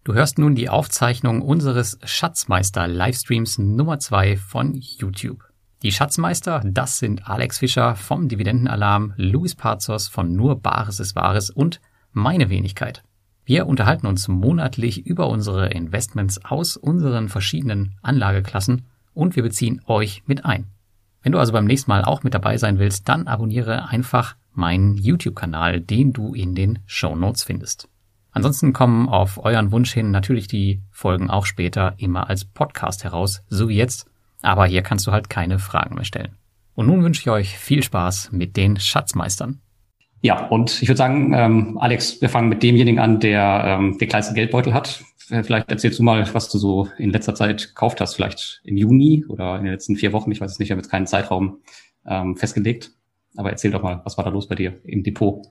Du hörst nun die Aufzeichnung unseres Schatzmeister-Livestreams Nummer 2 von YouTube. Die Schatzmeister, das sind Alex Fischer vom Dividendenalarm, Luis Pazos von Nur Bares ist Wahres und meine Wenigkeit. Wir unterhalten uns monatlich über unsere Investments aus unseren verschiedenen Anlageklassen und wir beziehen euch mit ein. Wenn du also beim nächsten Mal auch mit dabei sein willst, dann abonniere einfach meinen YouTube-Kanal, den du in den Shownotes findest. Ansonsten kommen auf euren Wunsch hin natürlich die Folgen auch später immer als Podcast heraus, so wie jetzt. Aber hier kannst du halt keine Fragen mehr stellen. Und nun wünsche ich euch viel Spaß mit den Schatzmeistern. Ja, und ich würde sagen, Alex, wir fangen mit demjenigen an, der den kleinsten Geldbeutel hat. Vielleicht erzählst du mal, was du so in letzter Zeit gekauft hast, vielleicht im Juni oder in den letzten 4 Wochen. Ich weiß es nicht, wir haben jetzt keinen Zeitraum festgelegt. Aber erzähl doch mal, was war da los bei dir im Depot?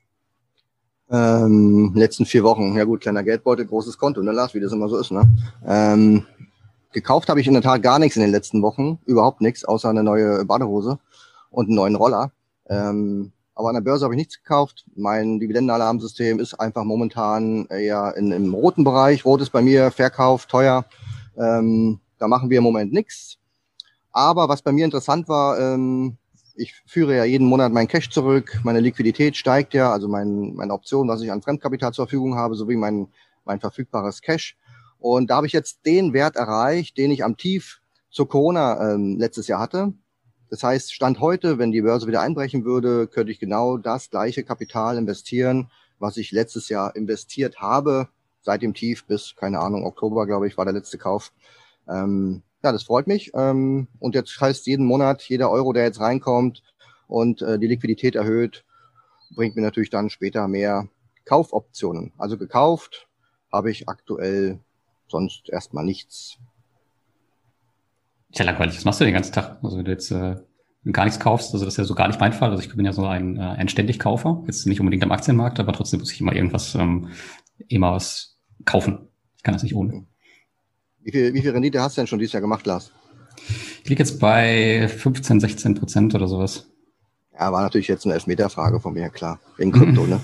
Letzten 4 Wochen, ja gut, kleiner Geldbeutel, großes Konto, ne Lars, wie das immer so ist, ne? Gekauft habe ich in der Tat gar nichts in den letzten Wochen, überhaupt nichts, außer eine neue Badehose und einen neuen Roller. Aber an der Börse habe ich nichts gekauft. Mein Dividendenalarmsystem ist einfach momentan eher im roten Bereich. Rot ist bei mir Verkauf, teuer. Da machen wir im Moment nichts. Aber was bei mir interessant war, ich führe ja jeden Monat meinen Cash zurück, meine Liquidität steigt ja, also meine Option, was ich an Fremdkapital zur Verfügung habe, sowie mein verfügbares Cash. Und da habe ich jetzt den Wert erreicht, den ich am Tief zur Corona letztes Jahr hatte. Das heißt, Stand heute, wenn die Börse wieder einbrechen würde, könnte ich genau das gleiche Kapital investieren, was ich letztes Jahr investiert habe, seit dem Tief bis, keine Ahnung, Oktober, glaube ich, war der letzte Kauf. Ja, das freut mich. Und jetzt heißt jeden Monat, jeder Euro, der jetzt reinkommt und die Liquidität erhöht, bringt mir natürlich dann später mehr Kaufoptionen. Also gekauft habe ich aktuell sonst erstmal nichts. Ist ja langweilig. Was machst du den ganzen Tag? Also wenn du jetzt gar nichts kaufst, also das ist ja so gar nicht mein Fall. Also ich bin ja so ein Ständigkaufer. Jetzt nicht unbedingt am Aktienmarkt, aber trotzdem muss ich immer immer was kaufen. Ich kann das nicht ohne. Wie viel Rendite hast du denn schon dieses Jahr gemacht, Lars? Ich liege jetzt bei 15-16% oder sowas. Ja, war natürlich jetzt eine Elfmeterfrage von mir, klar. Wegen Krypto, ne?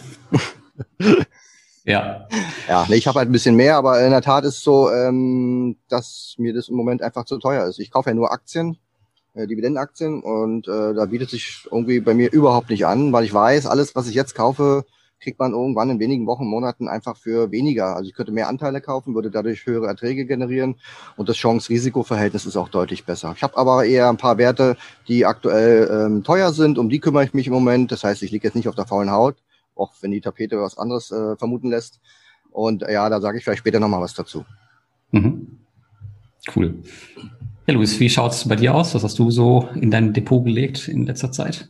Ja. Ja, nee, ich habe halt ein bisschen mehr, aber in der Tat ist es so, dass mir das im Moment einfach zu teuer ist. Ich kaufe ja nur Aktien, Dividendenaktien und da bietet sich irgendwie bei mir überhaupt nicht an, weil ich weiß, alles, was ich jetzt kaufe, kriegt man irgendwann in wenigen Wochen, Monaten einfach für weniger. Also ich könnte mehr Anteile kaufen, würde dadurch höhere Erträge generieren und das Chance-Risiko-Verhältnis ist auch deutlich besser. Ich habe aber eher ein paar Werte, die aktuell teuer sind, um die kümmere ich mich im Moment. Das heißt, ich liege jetzt nicht auf der faulen Haut, auch wenn die Tapete was anderes vermuten lässt. Und ja, da sage ich vielleicht später nochmal was dazu. Mhm. Cool. Ja, Luis, wie schaut's bei dir aus? Was hast du so in dein Depot gelegt in letzter Zeit?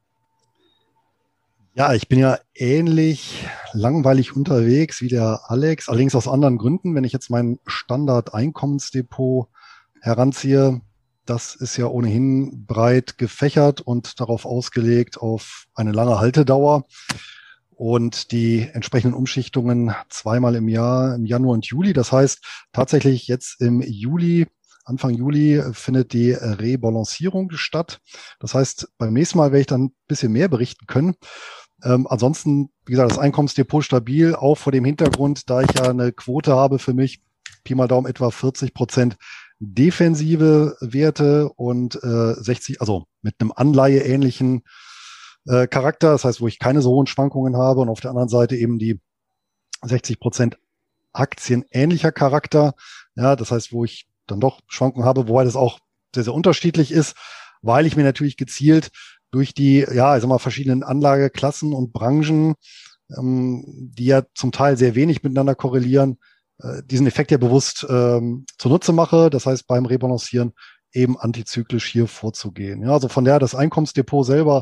Ja, ich bin ja ähnlich langweilig unterwegs wie der Alex, allerdings aus anderen Gründen. Wenn ich jetzt mein Standard-Einkommensdepot heranziehe, das ist ja ohnehin breit gefächert und darauf ausgelegt auf eine lange Haltedauer und die entsprechenden Umschichtungen zweimal im Jahr, im Januar und Juli. Das heißt, tatsächlich jetzt im Juli, Anfang Juli findet die Rebalancierung statt. Das heißt, beim nächsten Mal werde ich dann ein bisschen mehr berichten können. Ansonsten, wie gesagt, das Einkommensdepot stabil, auch vor dem Hintergrund, da ich ja eine Quote habe für mich, Pi mal Daumen etwa 40% defensive Werte und 60, also mit einem anleiheähnlichen Charakter, das heißt, wo ich keine so hohen Schwankungen habe und auf der anderen Seite eben die 60% aktienähnlicher Charakter, ja, das heißt, wo ich dann doch Schwankungen habe, wobei das auch sehr, sehr unterschiedlich ist, weil ich mir natürlich gezielt durch die, ja, ich sag mal, verschiedenen Anlageklassen und Branchen, die ja zum Teil sehr wenig miteinander korrelieren, diesen Effekt ja bewusst zunutze mache. Das heißt, beim Rebalancieren eben antizyklisch hier vorzugehen. Ja, also von daher das Einkommensdepot selber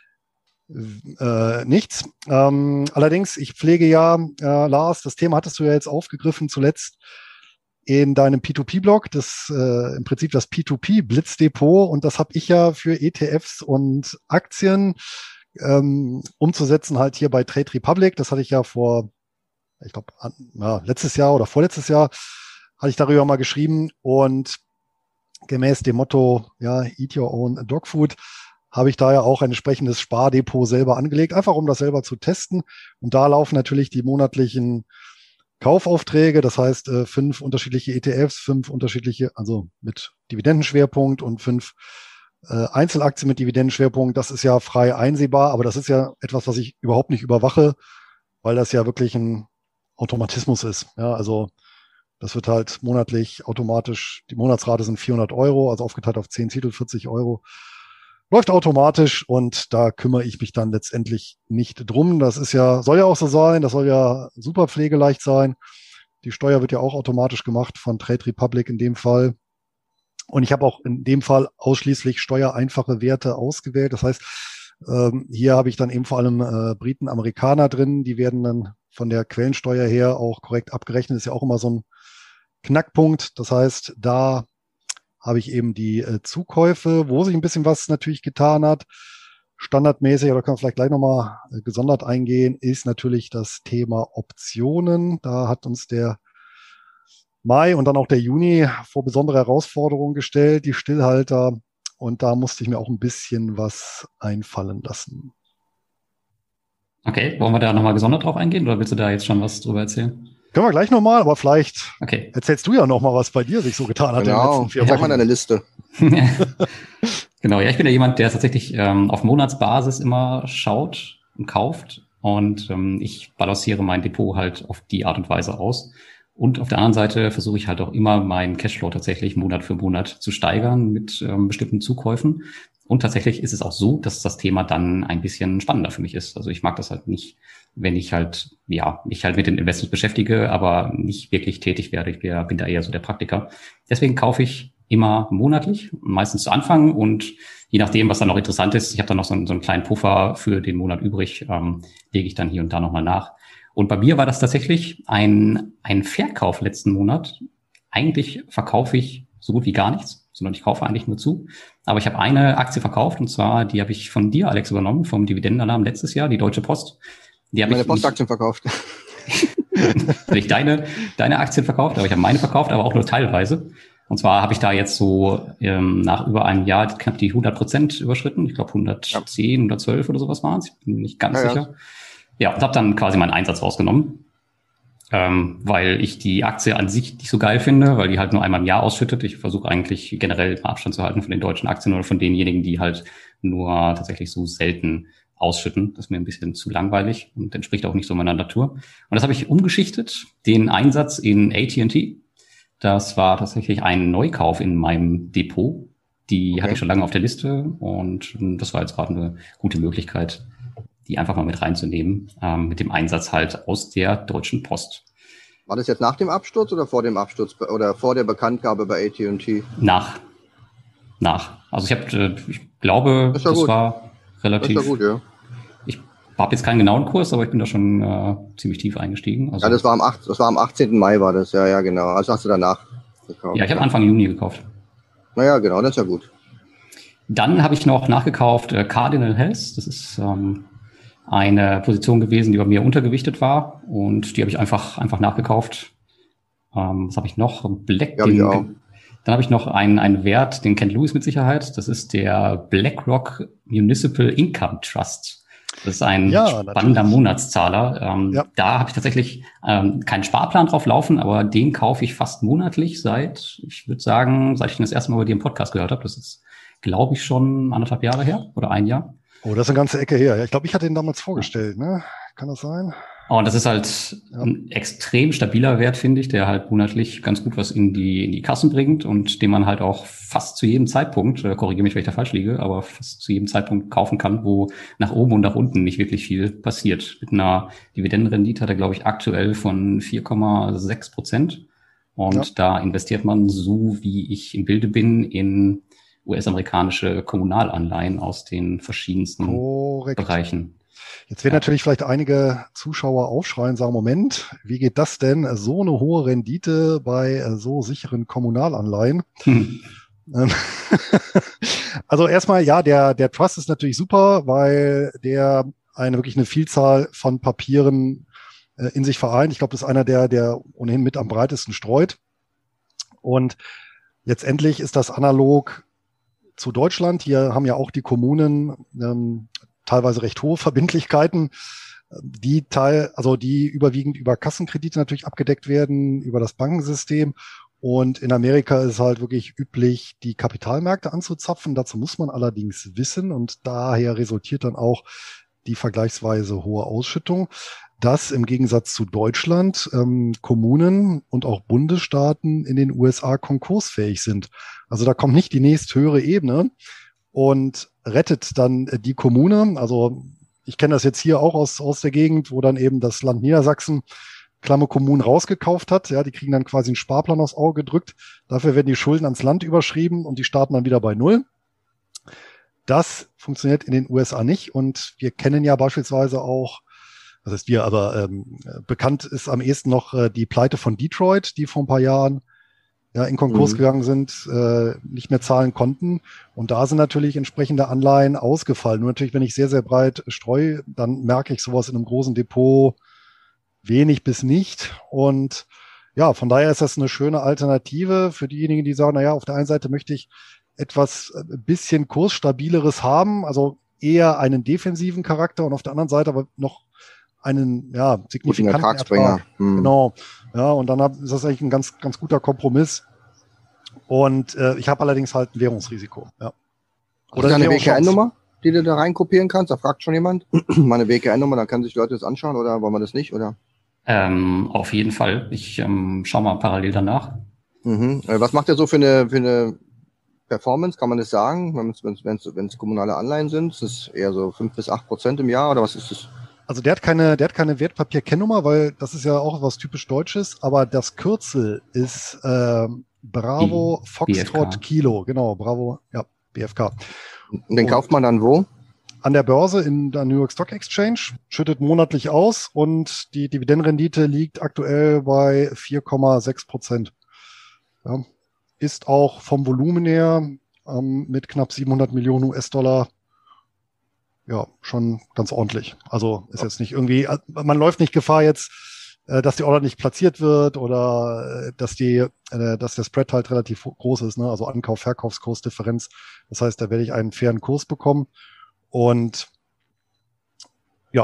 nichts. Allerdings, ich pflege ja, Lars, das Thema hattest du ja jetzt aufgegriffen zuletzt in deinem P2P-Blog, das im Prinzip das P2P-Blitzdepot, und das habe ich ja für ETFs und Aktien umzusetzen, halt hier bei Trade Republic. Das hatte ich ja vor, ich glaube, letztes Jahr oder vorletztes Jahr hatte ich darüber mal geschrieben, und gemäß dem Motto, ja, eat your own dog food, habe ich da ja auch ein entsprechendes Spardepot selber angelegt, einfach um das selber zu testen. Und da laufen natürlich die monatlichen Kaufaufträge, das heißt 5 unterschiedliche ETFs, 5 unterschiedliche, also mit Dividendenschwerpunkt und 5 Einzelaktien mit Dividendenschwerpunkt. Das ist ja frei einsehbar, aber das ist ja etwas, was ich überhaupt nicht überwache, weil das ja wirklich ein Automatismus ist. Ja, also das wird halt monatlich automatisch, die Monatsrate sind 400 Euro, also aufgeteilt auf 10 Titel, 40 Euro. Läuft automatisch und da kümmere ich mich dann letztendlich nicht drum. Das ist ja, soll ja auch so sein, das soll ja super pflegeleicht sein. Die Steuer wird ja auch automatisch gemacht von Trade Republic in dem Fall. Und ich habe auch in dem Fall ausschließlich steuereinfache Werte ausgewählt. Das heißt, hier habe ich dann eben vor allem Briten, Amerikaner drin. Die werden dann von der Quellensteuer her auch korrekt abgerechnet. Das ist ja auch immer so ein Knackpunkt. Das heißt, da habe ich eben die Zukäufe, wo sich ein bisschen was natürlich getan hat. Standardmäßig, oder können wir vielleicht gleich nochmal gesondert eingehen, ist natürlich das Thema Optionen. Da hat uns der Mai und dann auch der Juni vor besondere Herausforderungen gestellt, die Stillhalter. Und da musste ich mir auch ein bisschen was einfallen lassen. Okay, wollen wir da nochmal gesondert drauf eingehen oder willst du da jetzt schon was drüber erzählen? Können wir gleich nochmal, aber vielleicht erzählst du ja nochmal, was bei dir sich so getan hat in den letzten 4 Wochen. Sag mal deine Liste. Genau, ja, ich bin ja jemand, der tatsächlich auf Monatsbasis immer schaut und kauft und ich balanciere mein Depot halt auf die Art und Weise aus. Und auf der anderen Seite versuche ich halt auch immer meinen Cashflow tatsächlich Monat für Monat zu steigern mit bestimmten Zukäufen. Und tatsächlich ist es auch so, dass das Thema dann ein bisschen spannender für mich ist. Also ich mag das halt nicht, wenn ich halt, mich halt mit den Investments beschäftige, aber nicht wirklich tätig werde. Ich bin da eher so der Praktiker. Deswegen kaufe ich immer monatlich, meistens zu Anfang und je nachdem, was dann noch interessant ist, ich habe dann noch so einen kleinen Puffer für den Monat übrig, lege ich dann hier und da nochmal nach. Und bei mir war das tatsächlich ein Verkauf letzten Monat. Eigentlich verkaufe ich so gut wie gar nichts, sondern ich kaufe eigentlich nur zu. Aber ich habe eine Aktie verkauft, und zwar, die habe ich von dir, Alex, übernommen, vom Dividendenalarm letztes Jahr, die Deutsche Post. Die habe meine Postaktien verkauft. Nicht deine Aktien verkauft, aber ich habe meine verkauft, aber auch nur teilweise. Und zwar habe ich da jetzt so nach über einem Jahr knapp die 100% überschritten. Ich glaube 110, 112 oder sowas waren es. Ich bin mir nicht ganz sicher. Ja, und habe dann quasi meinen Einsatz rausgenommen, weil ich die Aktie an sich nicht so geil finde, weil die halt nur einmal im Jahr ausschüttet. Ich versuche eigentlich generell Abstand zu halten von den deutschen Aktien oder von denjenigen, die halt nur tatsächlich so selten ausschütten. Das ist mir ein bisschen zu langweilig und entspricht auch nicht so meiner Natur. Und das habe ich umgeschichtet, den Einsatz in AT&T. Das war tatsächlich ein Neukauf in meinem Depot. Die hatte ich schon lange auf der Liste und das war jetzt gerade eine gute Möglichkeit, die einfach mal mit reinzunehmen, mit dem Einsatz halt aus der Deutschen Post. War das jetzt nach dem Absturz oder vor dem Absturz oder vor der Bekanntgabe bei AT&T? Nach. Also ich glaube, das war relativ. Das ist ja gut, ja. Ich habe jetzt keinen genauen Kurs, aber ich bin da schon ziemlich tief eingestiegen. Also, ja, das war am 18. Mai war das, ja, genau. Also hast du danach gekauft. Ja, ich habe Anfang Juni gekauft. Naja, genau, das ist ja gut. Dann habe ich noch nachgekauft Cardinal Health. Das ist eine Position gewesen, die bei mir untergewichtet war und die habe ich einfach nachgekauft. Was habe ich noch? Dann habe ich noch einen Wert, den kennt Louis mit Sicherheit. Das ist der BlackRock Municipal Income Trust. Das ist ein spannender Monatszahler. Da habe ich tatsächlich keinen Sparplan drauf laufen, aber den kaufe ich fast monatlich seit ich den das erste Mal bei dir im Podcast gehört habe. Das ist, glaube ich, schon 1,5 Jahre her oder 1 Jahr. Oh, das ist eine ganze Ecke her. Ja, ich glaube, ich hatte ihn damals vorgestellt, ne? Kann das sein? Oh, und das ist halt ein extrem stabiler Wert, finde ich, der halt monatlich ganz gut was in die Kassen bringt und den man halt auch fast zu jedem Zeitpunkt, korrigiere mich, wenn ich da falsch liege, aber fast zu jedem Zeitpunkt kaufen kann, wo nach oben und nach unten nicht wirklich viel passiert. Mit einer Dividendenrendite hat er, glaube ich, aktuell von 4,6%. Und da investiert man, so wie ich im Bilde bin, in US-amerikanische Kommunalanleihen aus den verschiedensten Bereichen. Jetzt werden natürlich vielleicht einige Zuschauer aufschreien und sagen, Moment, wie geht das denn? So eine hohe Rendite bei so sicheren Kommunalanleihen? Also erstmal, ja, der Trust ist natürlich super, weil der wirklich eine Vielzahl von Papieren in sich vereint. Ich glaube, das ist einer, der ohnehin mit am breitesten streut. Und letztendlich ist das analog zu Deutschland. Hier haben ja auch die Kommunen teilweise recht hohe Verbindlichkeiten die überwiegend über Kassenkredite natürlich abgedeckt werden, über das Bankensystem. Und in Amerika ist halt wirklich üblich, die Kapitalmärkte anzuzapfen. Dazu muss man allerdings wissen und daher resultiert dann auch die vergleichsweise hohe Ausschüttung, dass im Gegensatz zu Deutschland Kommunen und auch Bundesstaaten in den USA konkursfähig sind. Also da kommt nicht die nächsthöhere Ebene und rettet dann die Kommune. Also ich kenne das jetzt hier auch aus der Gegend, wo dann eben das Land Niedersachsen Klammer Kommunen rausgekauft hat. Ja, die kriegen dann quasi einen Sparplan aufs Auge gedrückt. Dafür werden die Schulden ans Land überschrieben und die starten dann wieder bei Null. Das funktioniert in den USA nicht. Und wir kennen ja beispielsweise auch, das heißt wir, aber bekannt ist am ehesten noch die Pleite von Detroit, die vor ein paar Jahren ja in Konkurs gegangen sind, nicht mehr zahlen konnten. Und da sind natürlich entsprechende Anleihen ausgefallen. Nur natürlich, wenn ich sehr, sehr breit streue, dann merke ich sowas in einem großen Depot wenig bis nicht. Und ja, von daher ist das eine schöne Alternative für diejenigen, die sagen, naja, auf der einen Seite möchte ich etwas ein bisschen kursstabileres haben, also eher einen defensiven Charakter und auf der anderen Seite aber noch einen signifikanten Ertrag. Genau. Ja, und dann ist das eigentlich ein ganz, ganz guter Kompromiss. Und ich habe allerdings halt ein Währungsrisiko. Ja. Oder eine WKN-Nummer, die du da reinkopieren kannst? Da fragt schon jemand. Meine WKN-Nummer, dann können sich Leute das anschauen oder wollen wir das nicht? Oder? Auf jeden Fall. Ich schaue mal parallel danach. Was macht der so für eine Performance? Kann man das sagen? Wenn es kommunale Anleihen sind, ist es eher so 5-8% im Jahr oder was ist das? Also der hat keine Wertpapier-Kennnummer, weil das ist ja auch was typisch Deutsches, aber das Kürzel ist Bravo Foxtrot BFK. Kilo. Genau, Bravo, ja, BFK. Und den kauft man dann wo? An der Börse in der New York Stock Exchange, schüttet monatlich aus und die Dividendenrendite liegt aktuell bei 4,6%. Ja, ist auch vom Volumen her mit knapp 700 Millionen US-Dollar ja schon ganz ordentlich. Also ist jetzt nicht irgendwie, man läuft nicht Gefahr jetzt, dass die Order nicht platziert wird oder dass der Spread halt relativ groß ist, ne? Also Ankauf-Verkaufskursdifferenz. Das heißt, da werde ich einen fairen Kurs bekommen. Und ja,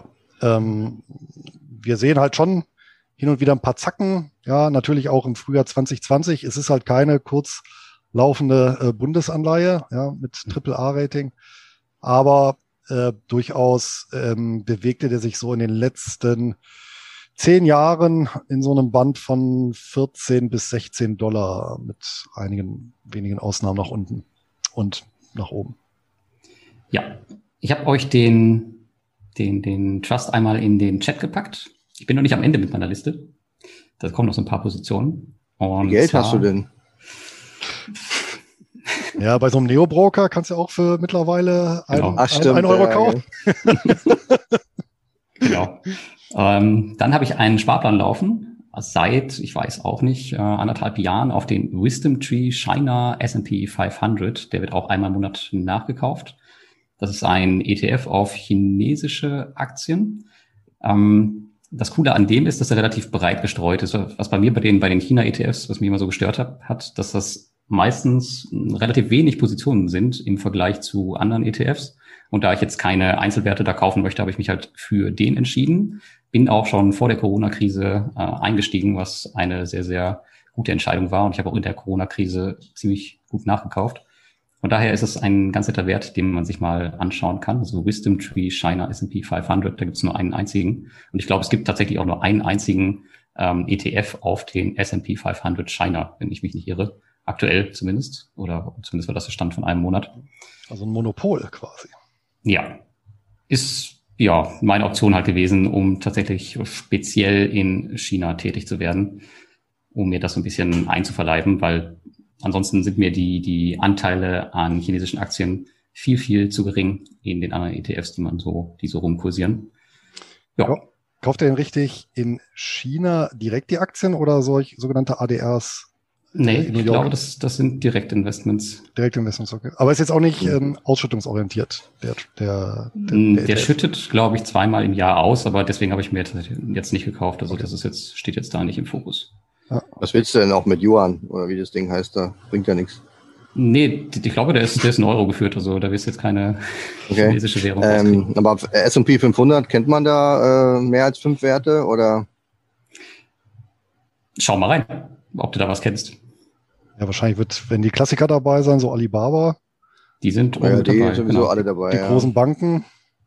wir sehen halt schon hin und wieder ein paar Zacken. Ja, natürlich auch im Frühjahr 2020. Es ist halt keine kurzlaufende Bundesanleihe, ja, mit AAA-Rating. Aber durchaus bewegte der sich so in den letzten 10 Jahren in so einem Band von 14 bis $16 mit einigen wenigen Ausnahmen nach unten und nach oben. Ja, ich habe euch den Trust einmal in den Chat gepackt. Ich bin noch nicht am Ende mit meiner Liste. Da kommen noch so ein paar Positionen. Und wie Geld hast du denn? Ja, bei so einem Neo-Broker kannst du auch für mittlerweile Genau. 1 Euro kaufen. Genau. Dann habe ich einen Sparplan laufen, seit, ich weiß auch nicht, 1,5 Jahren auf den Wisdom Tree China S&P 500. Der wird auch einmal im Monat nachgekauft. Das ist ein ETF auf chinesische Aktien. Das Coole an dem ist, dass er relativ breit gestreut ist. Was bei mir bei den China-ETFs, was mich immer so gestört hat, dass das meistens relativ wenig Positionen sind im Vergleich zu anderen ETFs. Und da ich jetzt keine Einzelwerte da kaufen möchte, habe ich mich halt für den entschieden. Bin auch schon vor der Corona-Krise eingestiegen, was eine sehr, sehr gute Entscheidung war. Und ich habe auch in der Corona-Krise ziemlich gut nachgekauft. Von daher ist es ein ganz netter Wert, den man sich mal anschauen kann. Also Wisdom Tree China S&P 500, da gibt es nur einen einzigen. Und ich glaube, es gibt tatsächlich auch nur einen einzigen ETF auf den S&P 500 China, wenn ich mich nicht irre. Aktuell zumindest. Oder zumindest war das der Stand von einem Monat. Also ein Monopol quasi. Ja. Ist ja meine Option halt gewesen, um tatsächlich speziell in China tätig zu werden, um mir das so ein bisschen einzuverleiben, weil ansonsten sind mir die Anteile an chinesischen Aktien viel, viel zu gering in den anderen ETFs, die so rumkursieren. Ja. Kauft ihr denn richtig in China direkt die Aktien oder sogenannte ADRs? Nee, ich glaube, das sind Direktinvestments. Direktinvestments, okay. Aber ist jetzt auch nicht ausschüttungsorientiert. Der schüttet, glaube ich, 2-mal im Jahr aus, aber deswegen habe ich mir jetzt nicht gekauft. Also das steht jetzt da nicht im Fokus. Ja. Was willst du denn auch mit Yuan oder wie das Ding heißt da? Bringt ja nichts. Nee, ich glaube, der ist in Euro geführt, also da wirst du jetzt keine chinesische Währung rauskriegen. Aber S&P 500, kennt man da mehr als 5 Werte oder? Schau mal rein, ob du da was kennst. Ja, wahrscheinlich wenn die Klassiker dabei sein, so Alibaba. Die sind Ja, die dabei. sowieso Genau. alle dabei. Die großen Banken.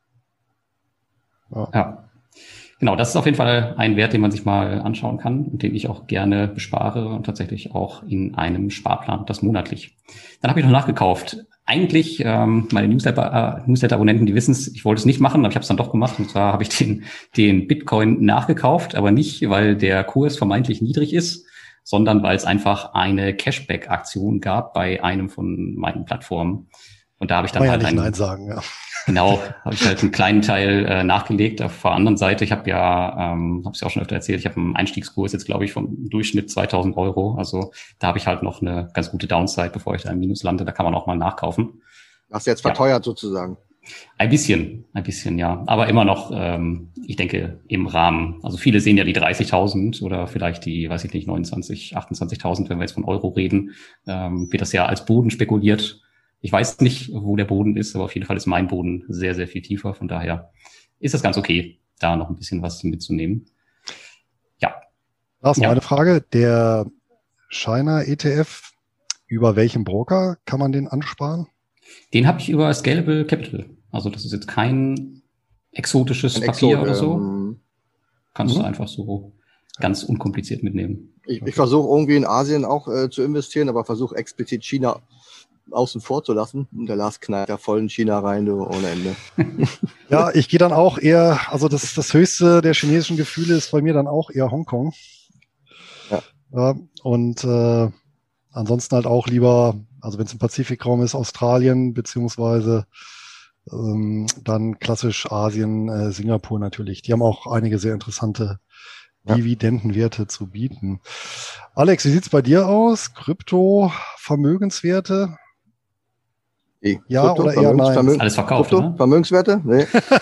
Ja. Genau, das ist auf jeden Fall ein Wert, den man sich mal anschauen kann und den ich auch gerne bespare und tatsächlich auch in einem Sparplan, das monatlich. Dann habe ich noch nachgekauft. Eigentlich, meine Newsletter-Abonnenten, die wissen es, ich wollte es nicht machen, aber ich habe es dann doch gemacht. Und zwar habe ich den Bitcoin nachgekauft, aber nicht, weil der Kurs vermeintlich niedrig ist, sondern weil es einfach eine Cashback-Aktion gab bei einem von meinen Plattformen. Und da habe ich dann halt Nein sagen, ja. Genau, habe ich halt einen kleinen Teil nachgelegt. Auf der anderen Seite, ich habe ja, habe es ja auch schon öfter erzählt, ich habe einen Einstiegskurs jetzt, glaube ich, vom Durchschnitt 2.000 Euro. Also da habe ich halt noch eine ganz gute Downside, bevor ich da im Minus lande. Da kann man auch mal nachkaufen. Hast du jetzt verteuert sozusagen? Ein bisschen, ja. Aber immer noch, ich denke, im Rahmen. Also viele sehen ja die 30.000 oder vielleicht die, weiß ich nicht, 29.000, 28.000, wenn wir jetzt von Euro reden, wird das ja als Boden spekuliert. Ich weiß nicht, wo der Boden ist, aber auf jeden Fall ist mein Boden sehr, sehr viel tiefer. Von daher ist es ganz okay, da noch ein bisschen was mitzunehmen. Ja. Lars, noch eine Frage. Der China ETF, über welchen Broker kann man den ansparen? Den habe ich über Scalable Capital. Also das ist jetzt kein exotisches Papier oder so. Kannst du einfach so ganz unkompliziert mitnehmen. Ich versuche irgendwie in Asien auch zu investieren, aber versuche explizit China außen vor zu lassen. Und der Lars knallt da voll in China rein, du, ohne Ende. Ja, ich gehe dann auch eher, also das höchste der chinesischen Gefühle ist bei mir dann auch eher Hongkong. Ja, und ansonsten halt auch lieber, also wenn es im Pazifikraum ist, Australien, beziehungsweise dann klassisch Asien, Singapur natürlich. Die haben auch einige sehr interessante Dividendenwerte zu bieten. Alex, wie sieht's bei dir aus? Krypto, Vermögenswerte? Ja, Krypto, oder eher nein? Alles verkauft, Krypto, oder? Vermögenswerte? Nee.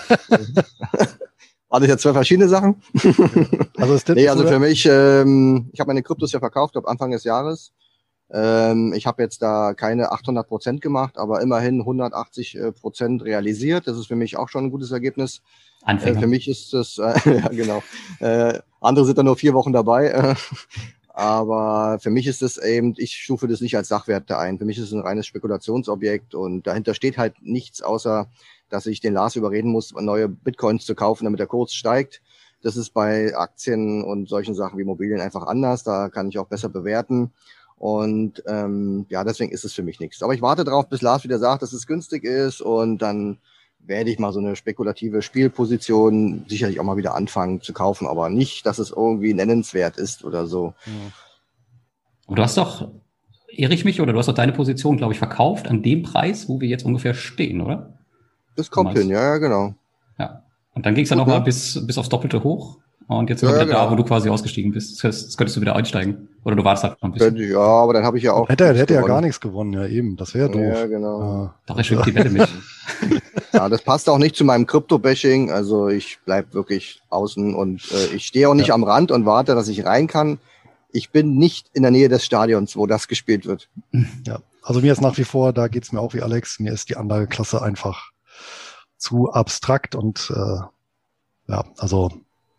Alles ja 2 verschiedene Sachen. Also für mich, ich habe meine Kryptos ja verkauft ab Anfang des Jahres. Ich habe jetzt da keine 800% gemacht, aber immerhin 180% realisiert. Das ist für mich auch schon ein gutes Ergebnis. Für mich ist das, ja genau. Andere sind da nur 4 Wochen dabei. Aber für mich ist das eben, ich stufe das nicht als Sachwerte ein. Für mich ist es ein reines Spekulationsobjekt und dahinter steht halt nichts, außer dass ich den Lars überreden muss, neue Bitcoins zu kaufen, damit der Kurs steigt. Das ist bei Aktien und solchen Sachen wie Immobilien einfach anders. Da kann ich auch besser bewerten. Und deswegen ist es für mich nichts. Aber ich warte drauf, bis Lars wieder sagt, dass es günstig ist und dann werde ich mal so eine spekulative Spielposition sicherlich auch mal wieder anfangen zu kaufen, aber nicht, dass es irgendwie nennenswert ist oder so. Und du hast doch, irre ich mich, oder du hast doch deine Position, glaube ich, verkauft an dem Preis, wo wir jetzt ungefähr stehen, oder? Das kommt hin, ja, genau. Ja. Und dann ging es ja nochmal bis aufs Doppelte hoch. Und jetzt sind wir wieder da, wo du quasi ausgestiegen bist. Jetzt könntest du wieder einsteigen. Oder du wartest halt noch ein bisschen. Ja, aber dann habe ich ja auch. Hätte ja gar nichts gewonnen, ja eben. Das wäre doof. Ja, genau. Doch, er schwimmt die Wette mit. Ja, das passt auch nicht zu meinem Krypto-Bashing. Also ich bleib wirklich außen und ich stehe auch nicht am Rand und warte, dass ich rein kann. Ich bin nicht in der Nähe des Stadions, wo das gespielt wird. Ja, also mir ist nach wie vor, da geht's mir auch wie Alex, mir ist die Anlageklasse einfach zu abstrakt und also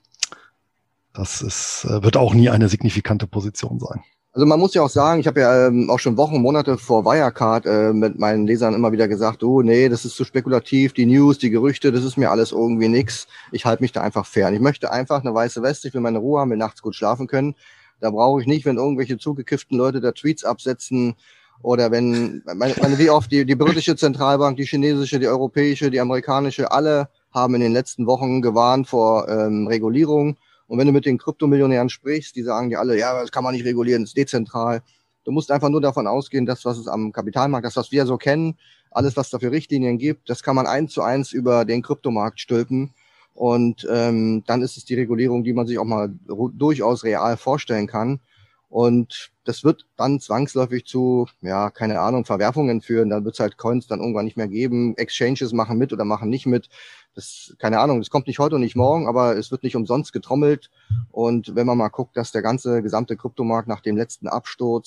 das wird auch nie eine signifikante Position sein. Also man muss ja auch sagen, ich habe ja auch schon Wochen, Monate vor Wirecard mit meinen Lesern immer wieder gesagt, oh nee, das ist zu spekulativ, die News, die Gerüchte, das ist mir alles irgendwie nix. Ich halte mich da einfach fern. Ich möchte einfach eine weiße Weste, ich will meine Ruhe haben, will nachts gut schlafen können. Da brauche ich nicht, wenn irgendwelche zugekifften Leute da Tweets absetzen oder wenn, wie oft die britische Zentralbank, die chinesische, die europäische, die amerikanische, alle haben in den letzten Wochen gewarnt vor Regulierung. Und wenn du mit den Kryptomillionären sprichst, die sagen dir alle, ja, das kann man nicht regulieren, das ist dezentral. Du musst einfach nur davon ausgehen, dass was es am Kapitalmarkt, das, was wir so kennen, alles, was da für Richtlinien gibt, das kann man 1:1 über den Kryptomarkt stülpen. Und dann ist es die Regulierung, die man sich auch mal durchaus real vorstellen kann. Und das wird dann zwangsläufig zu, ja, keine Ahnung, Verwerfungen führen. Dann wird es halt Coins dann irgendwann nicht mehr geben. Exchanges machen mit oder machen nicht mit. Das, keine Ahnung, das kommt nicht heute und nicht morgen, aber es wird nicht umsonst getrommelt. Und wenn man mal guckt, dass der gesamte Kryptomarkt nach dem letzten Absturz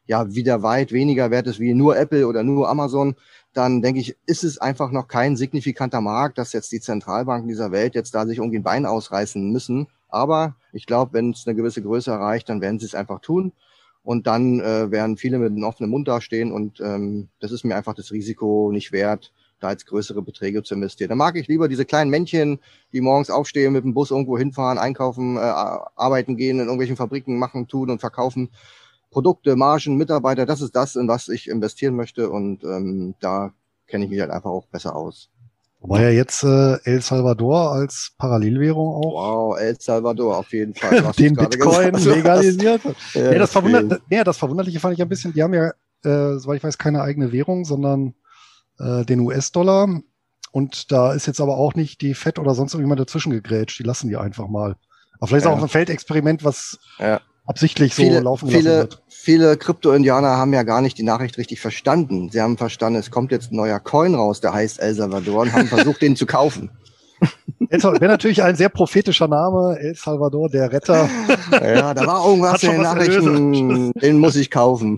ja wieder weit weniger wert ist wie nur Apple oder nur Amazon, dann denke ich, ist es einfach noch kein signifikanter Markt, dass jetzt die Zentralbanken dieser Welt jetzt da sich irgendwie ein Bein ausreißen müssen. Aber ich glaube, wenn es eine gewisse Größe erreicht, dann werden sie es einfach tun. Und dann werden viele mit einem offenen Mund dastehen. Und das ist mir einfach das Risiko nicht wert, da jetzt größere Beträge zu investieren. Da mag ich lieber diese kleinen Männchen, die morgens aufstehen, mit dem Bus irgendwo hinfahren, einkaufen, arbeiten gehen, in irgendwelchen Fabriken machen, tun und verkaufen. Produkte, Margen, Mitarbeiter, das ist das, in was ich investieren möchte. Und da kenne ich mich halt einfach auch besser aus. Wobei ja jetzt El Salvador als Parallelwährung auch. Wow, El Salvador auf jeden Fall. Den Bitcoin legalisiert hat. Ja, das Verwunderliche fand ich ein bisschen, die haben ja, soweit ich weiß, keine eigene Währung, sondern den US-Dollar. Und da ist jetzt aber auch nicht die Fed oder sonst irgendjemand dazwischen gegrätscht. Die lassen die einfach mal. Aber vielleicht ist auch ein Feldexperiment, was absichtlich so laufen gelassen wird. Viele Krypto-Indianer haben ja gar nicht die Nachricht richtig verstanden. Sie haben verstanden, es kommt jetzt ein neuer Coin raus, der heißt El Salvador, und haben versucht, den zu kaufen. Wäre natürlich ein sehr prophetischer Name, El Salvador, der Retter. Ja, da war irgendwas in den Nachrichten, den muss ich kaufen.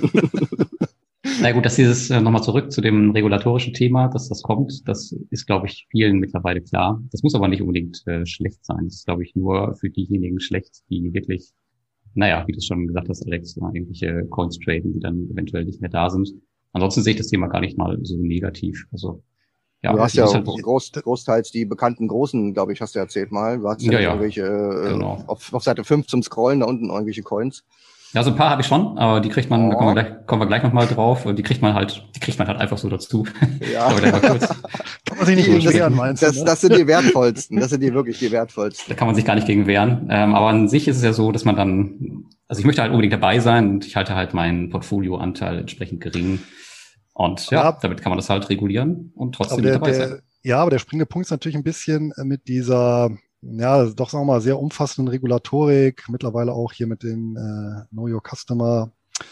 Na gut, dass dieses, nochmal zurück zu dem regulatorischen Thema, dass das kommt, das ist, glaube ich, vielen mittlerweile klar. Das muss aber nicht unbedingt schlecht sein. Das ist, glaube ich, nur für diejenigen schlecht, die wirklich, naja, wie du es schon gesagt hast, Alex, irgendwelche Coins traden, die dann eventuell nicht mehr da sind. Ansonsten sehe ich das Thema gar nicht mal so negativ. Also, ja, du hast ja halt großteils die bekannten Großen, glaube ich, hast du erzählt mal. Du hast ja irgendwelche, genau. auf Seite 5 zum Scrollen, da unten irgendwelche Coins. Ja, so ein paar habe ich schon, aber die kriegt man, da kommen wir gleich nochmal drauf, und die kriegt man halt einfach so dazu. Ja. Aber mal kurz. Kann man sich nicht gegen wehren, meinst du? Das sind die wertvollsten, das sind die wirklich die wertvollsten. Da kann man sich gar nicht gegen wehren. Aber an sich ist es ja so, dass man dann, also ich möchte halt unbedingt dabei sein, und ich halte halt meinen Portfolioanteil entsprechend gering. Und damit kann man das halt regulieren und trotzdem dabei sein. Ja, aber der springende Punkt ist natürlich ein bisschen mit dieser, doch sagen wir mal, sehr umfassenden Regulatorik, mittlerweile auch hier mit den Know Your Customer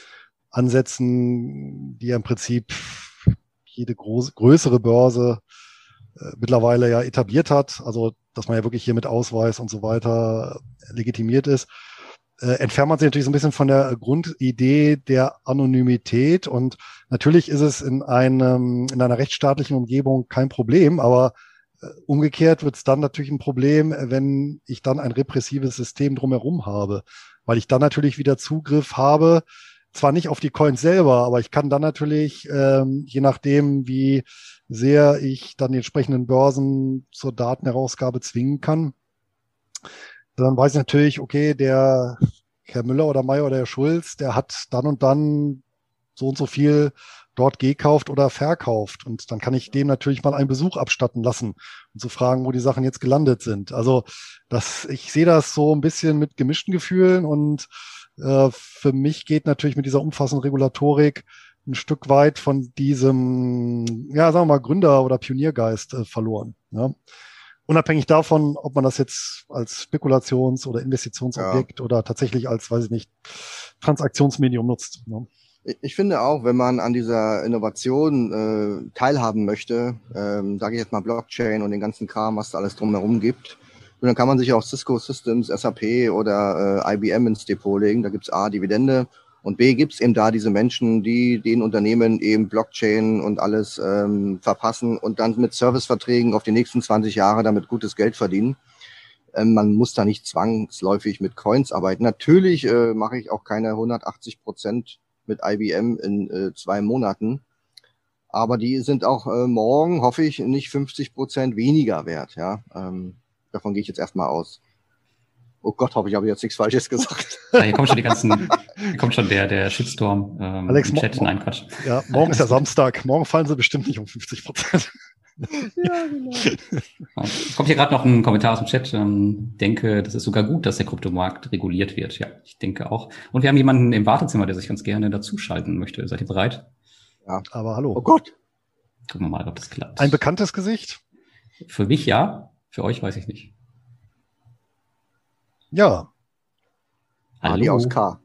Ansätzen, die ja im Prinzip jede größere Börse mittlerweile ja etabliert hat, also dass man ja wirklich hier mit Ausweis und so weiter legitimiert ist, entfernt man sich natürlich so ein bisschen von der Grundidee der Anonymität, und natürlich ist es in einer rechtsstaatlichen Umgebung kein Problem, aber umgekehrt wird es dann natürlich ein Problem, wenn ich dann ein repressives System drumherum habe, weil ich dann natürlich wieder Zugriff habe, zwar nicht auf die Coins selber, aber ich kann dann natürlich, je nachdem, wie sehr ich dann die entsprechenden Börsen zur Datenherausgabe zwingen kann, dann weiß ich natürlich, okay, der Herr Müller oder Mayer oder Herr Schulz, der hat dann und dann so und so viel dort gekauft oder verkauft. Und dann kann ich dem natürlich mal einen Besuch abstatten lassen und zu fragen, wo die Sachen jetzt gelandet sind. Also ich sehe das so ein bisschen mit gemischten Gefühlen, und für mich geht natürlich mit dieser umfassenden Regulatorik ein Stück weit von diesem, sagen wir mal, Gründer- oder Pioniergeist verloren. Ja. Unabhängig davon, ob man das jetzt als Spekulations- oder Investitionsobjekt oder tatsächlich als, weiß ich nicht, Transaktionsmedium nutzt. Ne? Ich finde auch, wenn man an dieser Innovation teilhaben möchte, sage ich jetzt mal Blockchain und den ganzen Kram, was da alles drumherum gibt, und dann kann man sich auch Cisco Systems, SAP oder IBM ins Depot legen. Da gibt's A, Dividende, und B, gibt's eben da diese Menschen, die den Unternehmen eben Blockchain und alles verpassen und dann mit Serviceverträgen auf die nächsten 20 Jahre damit gutes Geld verdienen. Man muss da nicht zwangsläufig mit Coins arbeiten. Natürlich mache ich auch keine 180% mit IBM in 2 Monaten. Aber die sind auch morgen, hoffe ich, nicht 50% weniger wert. Ja, davon gehe ich jetzt erstmal aus. Oh Gott, hoffe ich, habe jetzt nichts Falsches gesagt. Ja, hier kommt schon der Shitstorm Alex, im Chat. Nein, Quatsch. Ja, morgen ist ja Samstag. Morgen fallen sie bestimmt nicht um 50%. Ja, genau. Kommt hier gerade noch ein Kommentar aus dem Chat. Denke, das ist sogar gut, dass der Kryptomarkt reguliert wird. Ja, ich denke auch. Und wir haben jemanden im Wartezimmer, der sich ganz gerne dazuschalten möchte. Seid ihr bereit? Ja. Aber hallo. Oh Gott. Gucken wir mal, ob das klappt. Ein bekanntes Gesicht? Für mich ja, für euch weiß ich nicht. Ja. Ali aus K.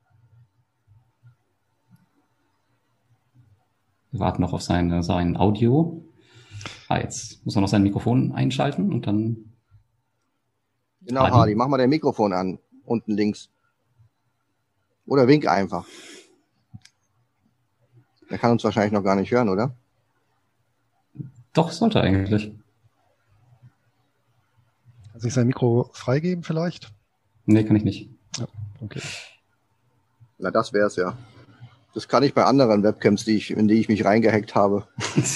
Wir warten noch auf sein Audio. Jetzt muss er noch sein Mikrofon einschalten und dann... Genau, Hardy, mach mal dein Mikrofon an. Unten links. Oder wink einfach. Er kann uns wahrscheinlich noch gar nicht hören, oder? Doch, sollte eigentlich. Kann sich sein Mikro freigeben vielleicht? Nee, kann ich nicht. Ja, okay. Na, das wär's ja. Das kann ich bei anderen Webcams, in die ich mich reingehackt habe.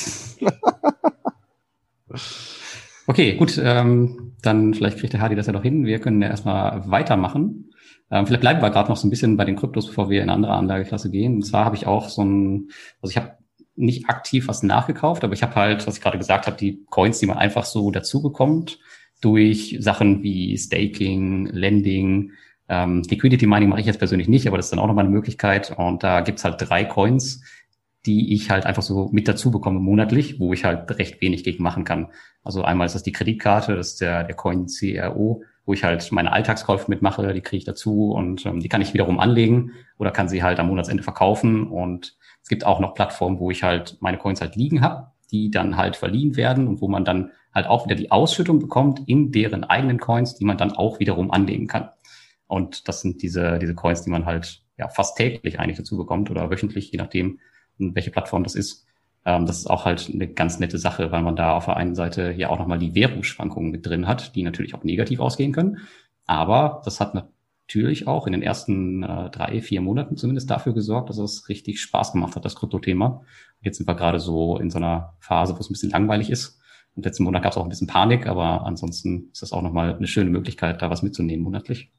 Okay, gut. Dann vielleicht kriegt der Hardy das ja doch hin. Wir können ja erstmal weitermachen. Vielleicht bleiben wir gerade noch so ein bisschen bei den Kryptos, bevor wir in eine andere Anlageklasse gehen. Und zwar habe ich auch also ich habe nicht aktiv was nachgekauft, aber ich habe halt, was ich gerade gesagt habe, die Coins, die man einfach so dazu bekommt, durch Sachen wie Staking, Lending, Liquidity Mining mache ich jetzt persönlich nicht, aber das ist dann auch nochmal eine Möglichkeit. Und da gibt's halt 3 Coins, die ich halt einfach so mit dazu bekomme monatlich, wo ich halt recht wenig gegen machen kann. Also einmal ist das die Kreditkarte, das ist der Coin CRO, wo ich halt meine Alltagskäufe mitmache, die kriege ich dazu und die kann ich wiederum anlegen oder kann sie halt am Monatsende verkaufen. Und es gibt auch noch Plattformen, wo ich halt meine Coins halt liegen habe, die dann halt verliehen werden und wo man dann halt auch wieder die Ausschüttung bekommt in deren eigenen Coins, die man dann auch wiederum anlegen kann. Und das sind diese Coins, die man halt ja fast täglich eigentlich dazu bekommt oder wöchentlich, je nachdem, welche Plattform das ist. Das ist auch halt eine ganz nette Sache, weil man da auf der einen Seite ja auch nochmal die Währungsschwankungen mit drin hat, die natürlich auch negativ ausgehen können. Aber das hat natürlich auch in den ersten 3-4 Monaten zumindest dafür gesorgt, dass es richtig Spaß gemacht hat, das Krypto-Thema. Jetzt sind wir gerade so in so einer Phase, wo es ein bisschen langweilig ist. Im letzten Monat gab es auch ein bisschen Panik, aber ansonsten ist das auch nochmal eine schöne Möglichkeit, da was mitzunehmen monatlich.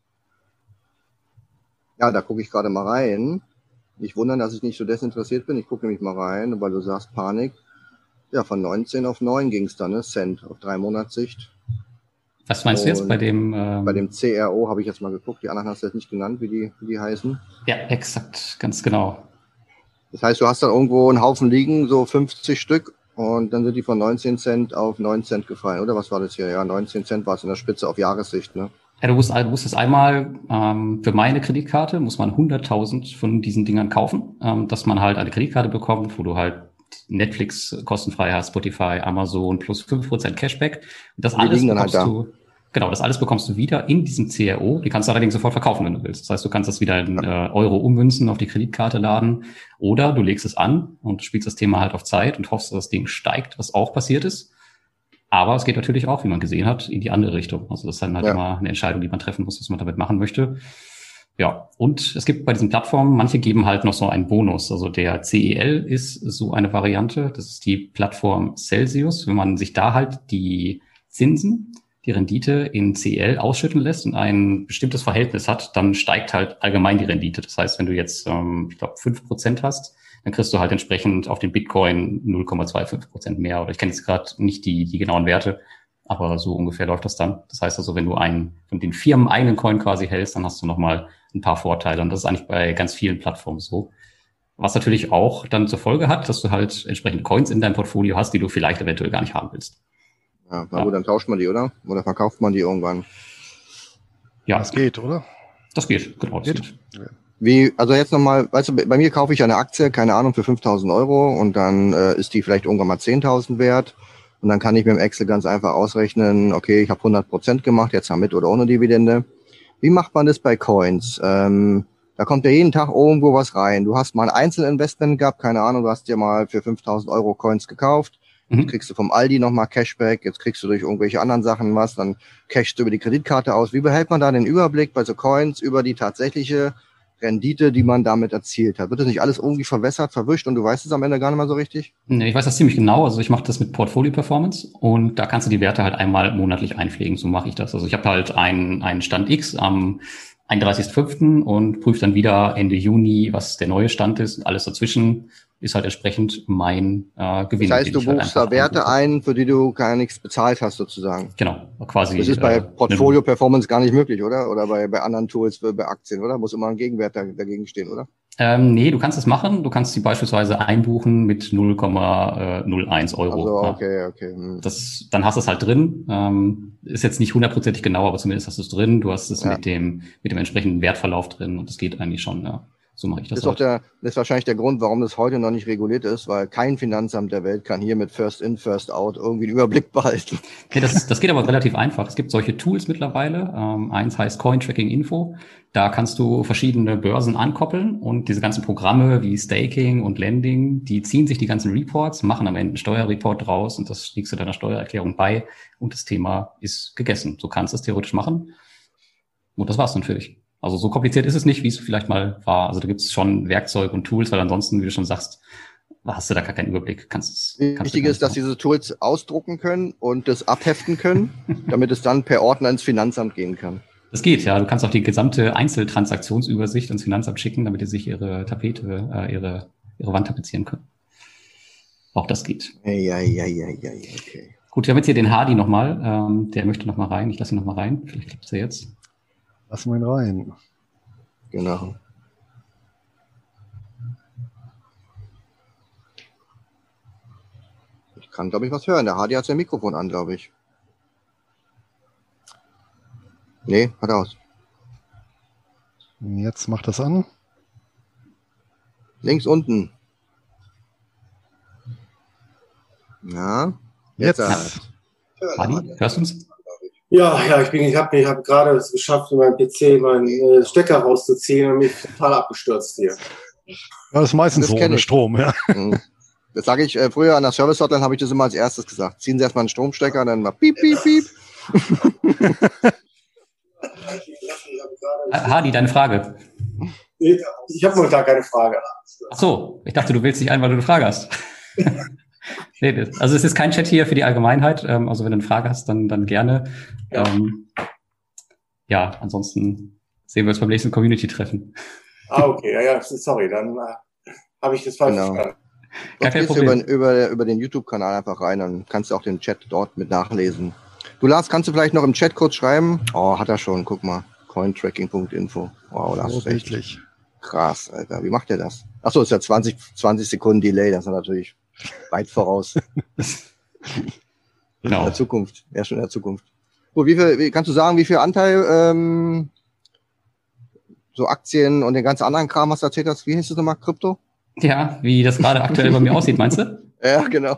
Ja, da gucke ich gerade mal rein. Nicht wundern, dass ich nicht so desinteressiert bin. Ich gucke nämlich mal rein, weil du sagst Panik. Ja, von 19 auf 9 ging es dann, ne? Cent auf 3 Monatssicht. Was meinst du jetzt bei dem? Bei dem CRO habe ich jetzt mal geguckt. Die anderen hast du jetzt nicht genannt, wie die heißen. Ja, exakt, ganz genau. Das heißt, du hast dann irgendwo einen Haufen liegen, so 50 Stück. Und dann sind die von 19 Cent auf 9 Cent gefallen, oder? Was war das hier? Ja, 19 Cent war es in der Spitze auf Jahressicht, ne? Ja, du musst es einmal, für meine Kreditkarte muss man 100.000 von diesen Dingern kaufen, dass man halt eine Kreditkarte bekommt, wo du halt Netflix kostenfrei hast, Spotify, Amazon plus 5% Cashback. Und das alles bekommst du, genau, das alles bekommst du wieder in diesem CRO. Die kannst du allerdings sofort verkaufen, wenn du willst. Das heißt, du kannst das wieder in Euro ummünzen, auf die Kreditkarte laden oder du legst es an und spielst das Thema halt auf Zeit und hoffst, dass das Ding steigt, was auch passiert ist. Aber es geht natürlich auch, wie man gesehen hat, in die andere Richtung. Also das ist dann halt immer eine Entscheidung, die man treffen muss, was man damit machen möchte. Ja, und es gibt bei diesen Plattformen, manche geben halt noch so einen Bonus. Also der CEL ist so eine Variante. Das ist die Plattform Celsius. Wenn man sich da halt die Zinsen, die Rendite in CEL ausschütten lässt und ein bestimmtes Verhältnis hat, dann steigt halt allgemein die Rendite. Das heißt, wenn du jetzt, ich glaube, 5% hast, dann kriegst du halt entsprechend auf den Bitcoin 0,25% mehr. Oder ich kenne jetzt gerade nicht die genauen Werte, aber so ungefähr läuft das dann. Das heißt also, wenn du einen von den Firmen eigenen Coin quasi hältst, dann hast du nochmal ein paar Vorteile. Und das ist eigentlich bei ganz vielen Plattformen so. Was natürlich auch dann zur Folge hat, dass du halt entsprechende Coins in deinem Portfolio hast, die du vielleicht eventuell gar nicht haben willst. Ja, na gut, dann tauscht man die, oder? Oder verkauft man die irgendwann? Ja, das geht, oder? Das geht, genau. Das geht. Wie, also jetzt nochmal, weißt du, bei mir kaufe ich eine Aktie, keine Ahnung, für 5.000 Euro und dann ist die vielleicht irgendwann mal 10.000 wert und dann kann ich mit dem Excel ganz einfach ausrechnen, okay, ich habe 100% gemacht, jetzt mit oder ohne Dividende. Wie macht man das bei Coins? Da kommt ja jeden Tag irgendwo was rein. Du hast mal ein Einzelinvestment gehabt, keine Ahnung, du hast dir mal für 5.000 Euro Coins gekauft. Jetzt kriegst du vom Aldi nochmal Cashback, jetzt kriegst du durch irgendwelche anderen Sachen was, dann cashst du über die Kreditkarte aus. Wie behält man da den Überblick bei so Coins über die tatsächliche Rendite, die man damit erzielt hat? Wird das nicht alles irgendwie verwässert, verwischt und du weißt es am Ende gar nicht mehr so richtig? Nee, ich weiß das ziemlich genau. Also ich mache das mit Portfolio Performance und da kannst du die Werte halt einmal monatlich einpflegen. So mache ich das. Also ich habe halt einen Stand X am 31.05. und prüfe dann wieder Ende Juni, was der neue Stand ist. Alles dazwischen ist halt entsprechend mein Gewinn. Das heißt, du buchst da Werte ein, für die du gar nichts bezahlt hast sozusagen. Genau, quasi. Das ist bei Portfolio Performance gar nicht möglich, oder? Oder bei anderen Tools, bei Aktien, oder? Muss immer ein Gegenwert dagegen stehen, oder? Nee, du kannst es machen. Du kannst sie beispielsweise einbuchen mit 0,01 Euro. Also, okay. Dann hast du es halt drin. Ist jetzt nicht 100%ig genau, aber zumindest hast du es drin. Du hast es mit dem entsprechenden Wertverlauf drin und das geht eigentlich schon, ja. So mache ich das. Das ist wahrscheinlich der Grund, warum das heute noch nicht reguliert ist, weil kein Finanzamt der Welt kann hier mit First In, First Out irgendwie einen Überblick behalten. Okay, das geht aber relativ einfach. Es gibt solche Tools mittlerweile. Eins heißt Coin Tracking Info. Da kannst du verschiedene Börsen ankoppeln und diese ganzen Programme wie Staking und Lending, die ziehen sich die ganzen Reports, machen am Ende einen Steuerreport draus und das legst du deiner Steuererklärung bei und das Thema ist gegessen. So kannst du es theoretisch machen. Und das war's dann für dich. Also so kompliziert ist es nicht, wie es vielleicht mal war. Also da gibt es schon Werkzeug und Tools, weil ansonsten, wie du schon sagst, hast du da gar keinen Überblick. Wichtig ist, dass diese Tools ausdrucken können und das abheften können, damit es dann per Ordner ins Finanzamt gehen kann. Das geht, ja. Du kannst auch die gesamte Einzeltransaktionsübersicht ins Finanzamt schicken, damit die sich ihre Wand tapezieren können. Auch das geht. Ja, okay. Gut, wir haben jetzt hier den Hardy nochmal. Der möchte nochmal rein. Ich lasse ihn nochmal rein. Vielleicht klappt es ja jetzt. Lassen wir ihn rein. Genau. Ich kann, glaube ich, was hören. Der Hardy hat sein Mikrofon an, glaube ich. Nee, hat aus. Jetzt macht das an. Links unten. Ja. Jetzt. Hardy, hörst du uns? Ja, ich habe gerade es geschafft, in meinem PC meinen Stecker rauszuziehen und mich total abgestürzt hier. Ja, das ist meistens Das so ohne Strom, ja. Das sage ich früher an der Service-Hotline, habe ich das immer als erstes gesagt. Ziehen Sie erstmal einen Stromstecker, dann mal piep, piep, piep. Hardy, deine Frage. Ich habe momentan keine Frage. Ach so, ich dachte, du wählst dich ein, weil du eine Frage hast. Nee, also es ist kein Chat hier für die Allgemeinheit. Also wenn du eine Frage hast, dann gerne. Ja, ansonsten sehen wir uns beim nächsten Community-Treffen. Okay, ja, sorry, dann habe ich das falsch verstanden. Gar kein Problem. Über den YouTube-Kanal einfach rein, dann kannst du auch den Chat dort mit nachlesen. Du, Lars, kannst du vielleicht noch im Chat kurz schreiben? Oh, hat er schon, guck mal. Cointracking.info. Wow, Lars, so richtig. Krass, Alter. Wie macht der das? Achso, ist ja 20 Sekunden Delay, das ist natürlich weit voraus. Genau. In der Zukunft. Ja, schon in der Zukunft. Gut, wie kannst du sagen, wie viel Anteil so Aktien und den ganzen anderen Kram, was du erzählt hast, wie heißt das nochmal, Krypto? Ja, wie das gerade aktuell bei mir aussieht, meinst du? Ja, genau.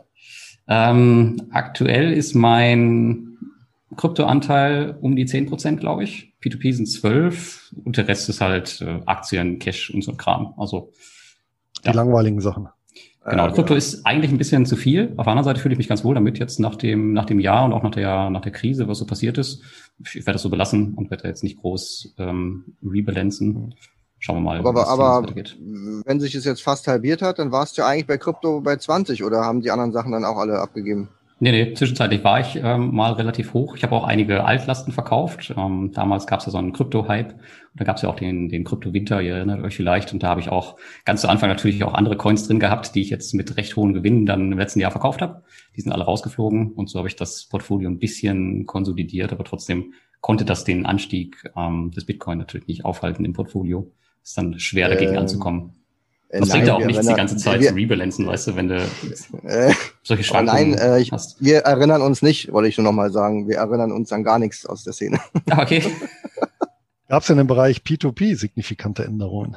Aktuell ist mein Kryptoanteil um die 10%, glaube ich. P2P sind 12 und der Rest ist halt Aktien, Cash und so ein Kram. Also die langweiligen Sachen. Genau, Krypto ist eigentlich ein bisschen zu viel. Auf der anderen Seite fühle ich mich ganz wohl damit jetzt nach dem Jahr und auch nach der Krise, was so passiert ist. Ich werde das so belassen und werde jetzt nicht groß rebalancen. Schauen wir mal, aber weitergeht. Wenn sich es jetzt fast halbiert hat, dann warst du ja eigentlich bei Krypto bei 20 oder haben die anderen Sachen dann auch alle abgegeben? Nee, zwischenzeitlich war ich mal relativ hoch. Ich habe auch einige Altlasten verkauft. Damals gab es ja so einen Krypto-Hype. Und da gab es ja auch den Krypto-Winter, ihr erinnert euch vielleicht. Und da habe ich auch ganz zu Anfang natürlich auch andere Coins drin gehabt, die ich jetzt mit recht hohen Gewinnen dann im letzten Jahr verkauft habe. Die sind alle rausgeflogen. Und so habe ich das Portfolio ein bisschen konsolidiert. Aber trotzdem konnte das den Anstieg des Bitcoin natürlich nicht aufhalten im Portfolio. Ist dann schwer, dagegen anzukommen. Das bringt ja auch nichts, die ganze Zeit zu rebalancen, weißt du, wenn du solche Schwankungen hast. Wir erinnern uns nicht, wollte ich nur noch mal sagen, wir erinnern uns an gar nichts aus der Szene. Ah, okay. Gab es in dem Bereich P2P signifikante Änderungen?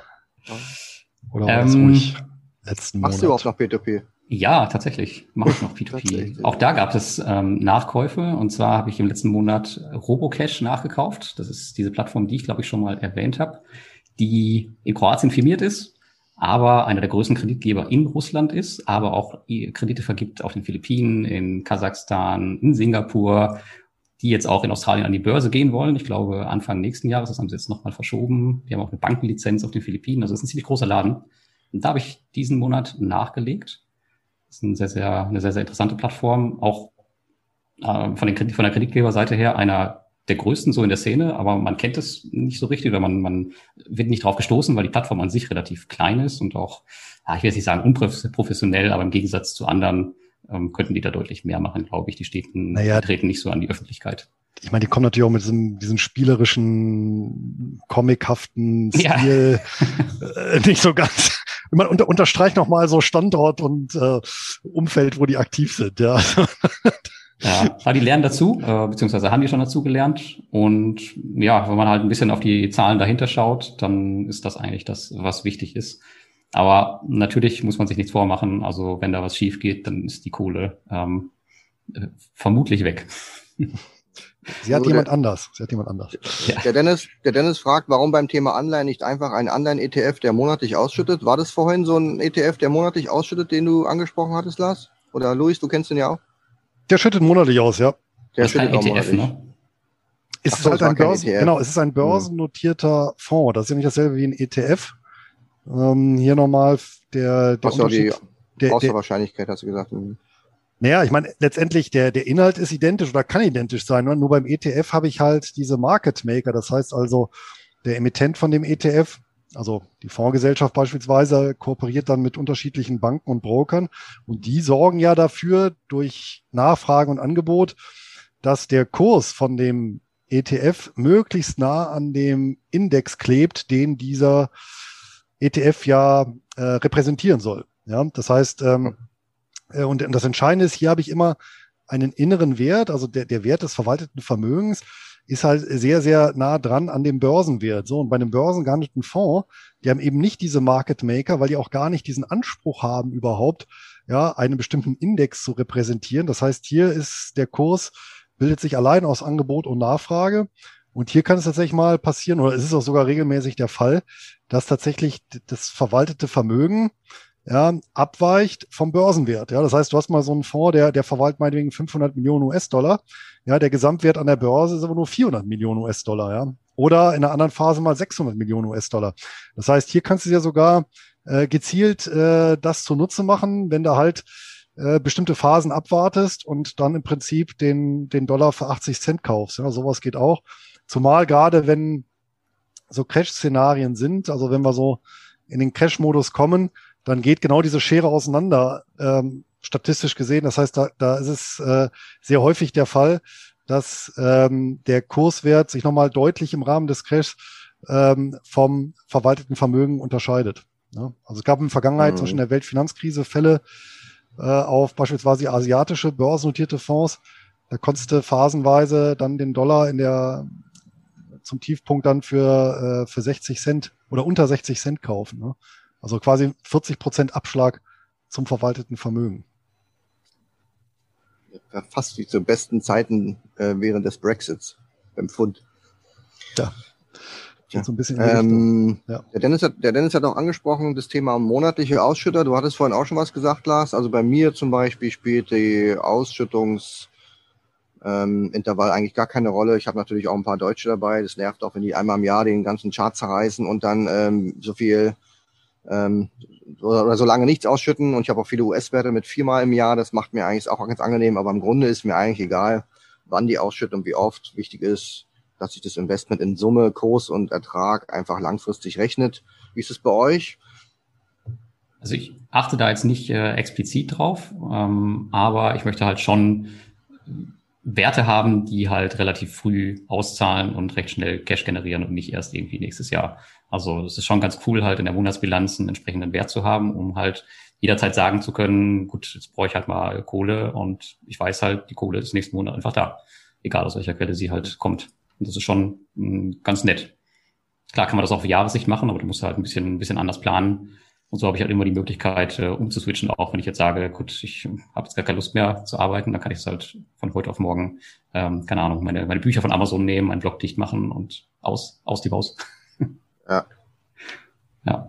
Oder war das ruhig letzten Monat? Machst du überhaupt noch P2P? Ja, tatsächlich mache ich noch P2P. Auch da gab es Nachkäufe. Und zwar habe ich im letzten Monat Robocash nachgekauft. Das ist diese Plattform, die ich, glaube ich, schon mal erwähnt habe, die in Kroatien firmiert ist, aber einer der größten Kreditgeber in Russland ist, aber auch Kredite vergibt auf den Philippinen, in Kasachstan, in Singapur, die jetzt auch in Australien an die Börse gehen wollen. Ich glaube, Anfang nächsten Jahres, das haben sie jetzt nochmal verschoben. Die haben auch eine Bankenlizenz auf den Philippinen, also das ist ein ziemlich großer Laden. Und da habe ich diesen Monat nachgelegt. Das ist eine sehr, sehr interessante Plattform, auch von der Kreditgeberseite her einer der größten so in der Szene, aber man kennt es nicht so richtig oder man wird nicht drauf gestoßen, weil die Plattform an sich relativ klein ist und auch, ich will jetzt nicht sagen unprofessionell, aber im Gegensatz zu anderen könnten die da deutlich mehr machen, glaube ich. Die treten nicht so an die Öffentlichkeit. Ich meine, die kommen natürlich auch mit diesem spielerischen, comichaften Stil nicht so ganz. Man unterstreicht nochmal so Standort und Umfeld, wo die aktiv sind. Ja. Ja, die lernen dazu, beziehungsweise haben die schon dazu gelernt. Und ja, wenn man halt ein bisschen auf die Zahlen dahinter schaut, dann ist das eigentlich das, was wichtig ist. Aber natürlich muss man sich nichts vormachen. Also wenn da was schief geht, dann ist die Kohle vermutlich weg. Sie hat Also jemand anders. Ja. Der Dennis fragt, warum beim Thema Anleihen nicht einfach ein Anleihen-ETF, der monatlich ausschüttet? War das vorhin so ein ETF, der monatlich ausschüttet, den du angesprochen hattest, Lars? Oder Luis, du kennst den ja auch? Der schüttet monatlich aus, ja. Der Das ist kein schüttet auch ETF, monatlich. ne? Es so, ist halt es es ist ein börsennotierter Fonds. Das ist ja nicht dasselbe wie ein ETF. Hier nochmal der Brauchst du Unterschied. die Wahrscheinlichkeit, hast du gesagt. Naja, ich meine, letztendlich der Inhalt ist identisch oder kann identisch sein. Nur beim ETF habe ich halt diese Market Maker. Das heißt also, der Emittent von dem ETF, also die Fondsgesellschaft beispielsweise, kooperiert dann mit unterschiedlichen Banken und Brokern. Und die sorgen ja dafür durch Nachfrage und Angebot, dass der Kurs von dem ETF möglichst nah an dem Index klebt, den dieser ETF ja repräsentieren soll. Ja, das heißt, und das Entscheidende ist, hier habe ich immer einen inneren Wert, also der Wert des verwalteten Vermögens ist halt sehr, sehr nah dran an dem Börsenwert. So, und bei einem börsengehandelten Fonds, die haben eben nicht diese Market Maker, weil die auch gar nicht diesen Anspruch haben, überhaupt einen bestimmten Index zu repräsentieren. Das heißt, hier ist der Kurs, bildet sich allein aus Angebot und Nachfrage. Und hier kann es tatsächlich mal passieren, oder es ist auch sogar regelmäßig der Fall, dass tatsächlich das verwaltete Vermögen abweicht vom Börsenwert. Ja, das heißt, du hast mal so einen Fonds, der verwaltet meinetwegen 500 Millionen US-Dollar. Ja, der Gesamtwert an der Börse ist aber nur 400 Millionen US-Dollar. Ja, oder in einer anderen Phase mal 600 Millionen US-Dollar. Das heißt, hier kannst du ja sogar gezielt das zunutze machen, wenn du halt bestimmte Phasen abwartest und dann im Prinzip den Dollar für 80 Cent kaufst. Ja, sowas geht auch. Zumal gerade, wenn so Crash-Szenarien sind, also wenn wir so in den Crash-Modus kommen, dann geht genau diese Schere auseinander, statistisch gesehen. Das heißt, da ist es sehr häufig der Fall, dass der Kurswert sich nochmal deutlich im Rahmen des Crashs vom verwalteten Vermögen unterscheidet. Ja? Also es gab in der Vergangenheit zwischen der Weltfinanzkrise Fälle auf beispielsweise asiatische börsennotierte Fonds. Da konntest du phasenweise dann den Dollar zum Tiefpunkt dann für 60 Cent oder unter 60 Cent kaufen. Ne? Also quasi 40% Abschlag zum verwalteten Vermögen. Fast wie zu besten Zeiten während des Brexits beim Pfund. Ja. So ein bisschen in die Richtung. Ja. Der Dennis hat auch angesprochen, das Thema monatliche Ausschütter. Du hattest vorhin auch schon was gesagt, Lars. Also bei mir zum Beispiel spielt die Ausschüttungsintervall eigentlich gar keine Rolle. Ich habe natürlich auch ein paar Deutsche dabei. Das nervt auch, wenn die einmal im Jahr den ganzen Chart zerreißen und dann so viel oder so lange nichts ausschütten. Und ich habe auch viele US-Werte mit 4-mal im Jahr. Das macht mir eigentlich auch ganz angenehm. Aber im Grunde ist mir eigentlich egal, wann die ausschütten und wie oft. Wichtig ist, dass sich das Investment in Summe, Kurs und Ertrag einfach langfristig rechnet. Wie ist es bei euch? Also ich achte da jetzt nicht explizit drauf, aber ich möchte halt schon Werte haben, die halt relativ früh auszahlen und recht schnell Cash generieren und nicht erst irgendwie nächstes Jahr. Also es ist schon ganz cool, halt in der Monatsbilanz einen entsprechenden Wert zu haben, um halt jederzeit sagen zu können, gut, jetzt brauche ich halt mal Kohle und ich weiß halt, die Kohle ist nächsten Monat einfach da. Egal aus welcher Quelle sie halt kommt. Und das ist schon ganz nett. Klar kann man das auch auf Jahressicht machen, aber du musst halt ein bisschen anders planen. Und so habe ich halt immer die Möglichkeit, umzuswitchen, auch wenn ich jetzt sage, gut, ich habe jetzt gar keine Lust mehr zu arbeiten, dann kann ich es halt von heute auf morgen, keine Ahnung, meine Bücher von Amazon nehmen, meinen Blog dicht machen und aus die Maus. Ja. Ja.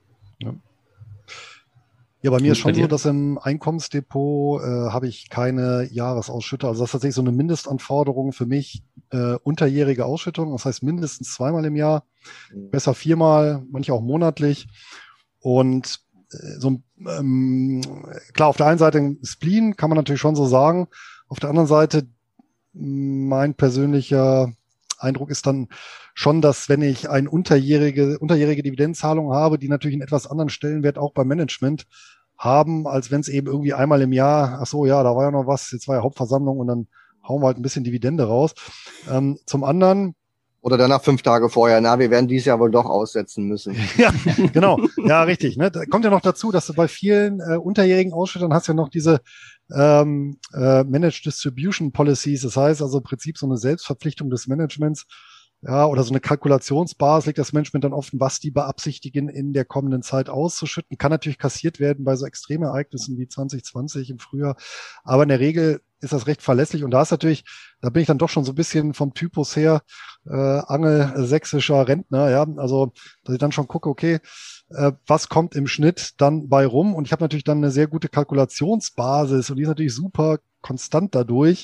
Ja, bei mir ist schon so, dass im Einkommensdepot habe ich keine Jahresausschütter. Also das ist tatsächlich so eine Mindestanforderung für mich, unterjährige Ausschüttung. Das heißt mindestens 2-mal im Jahr, besser 4-mal, manche auch monatlich. Und klar, auf der einen Seite ein Spleen, kann man natürlich schon so sagen. Auf der anderen Seite, mein persönlicher Eindruck ist dann schon, dass wenn ich eine unterjährige Dividendenzahlung habe, die natürlich einen etwas anderen Stellenwert auch beim Management haben, als wenn es eben irgendwie einmal im Jahr, ach so, ja, da war ja noch was, jetzt war ja Hauptversammlung und dann hauen wir halt ein bisschen Dividende raus. Zum anderen, oder danach 5 Tage vorher, wir werden dieses Jahr wohl doch aussetzen müssen. Ja, genau. Ja, richtig. Ne? Da kommt ja noch dazu, dass du bei vielen unterjährigen Ausschüttern hast ja noch diese Managed Distribution Policies, das heißt also im Prinzip so eine Selbstverpflichtung des Managements, ja, oder so eine Kalkulationsbasis legt das Management dann offen, was die beabsichtigen, in der kommenden Zeit auszuschütten. Kann natürlich kassiert werden bei so Extremereignissen wie 2020 im Frühjahr, aber in der Regel ist das recht verlässlich. Und da ist natürlich, da bin ich dann doch schon so ein bisschen vom Typus her angelsächsischer Rentner, ja, also dass ich dann schon gucke, okay, was kommt im Schnitt dann bei rum? Und ich habe natürlich dann eine sehr gute Kalkulationsbasis und die ist natürlich super konstant dadurch,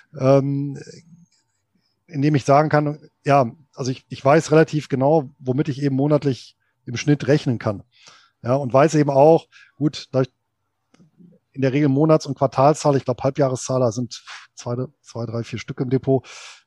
indem ich sagen kann, ja, also ich weiß relativ genau, womit ich eben monatlich im Schnitt rechnen kann. Ja, und weiß eben auch, gut, da ich in der Regel Monats- und Quartalszahler, ich glaube Halbjahreszahler sind zwei, drei, 4 Stück im Depot,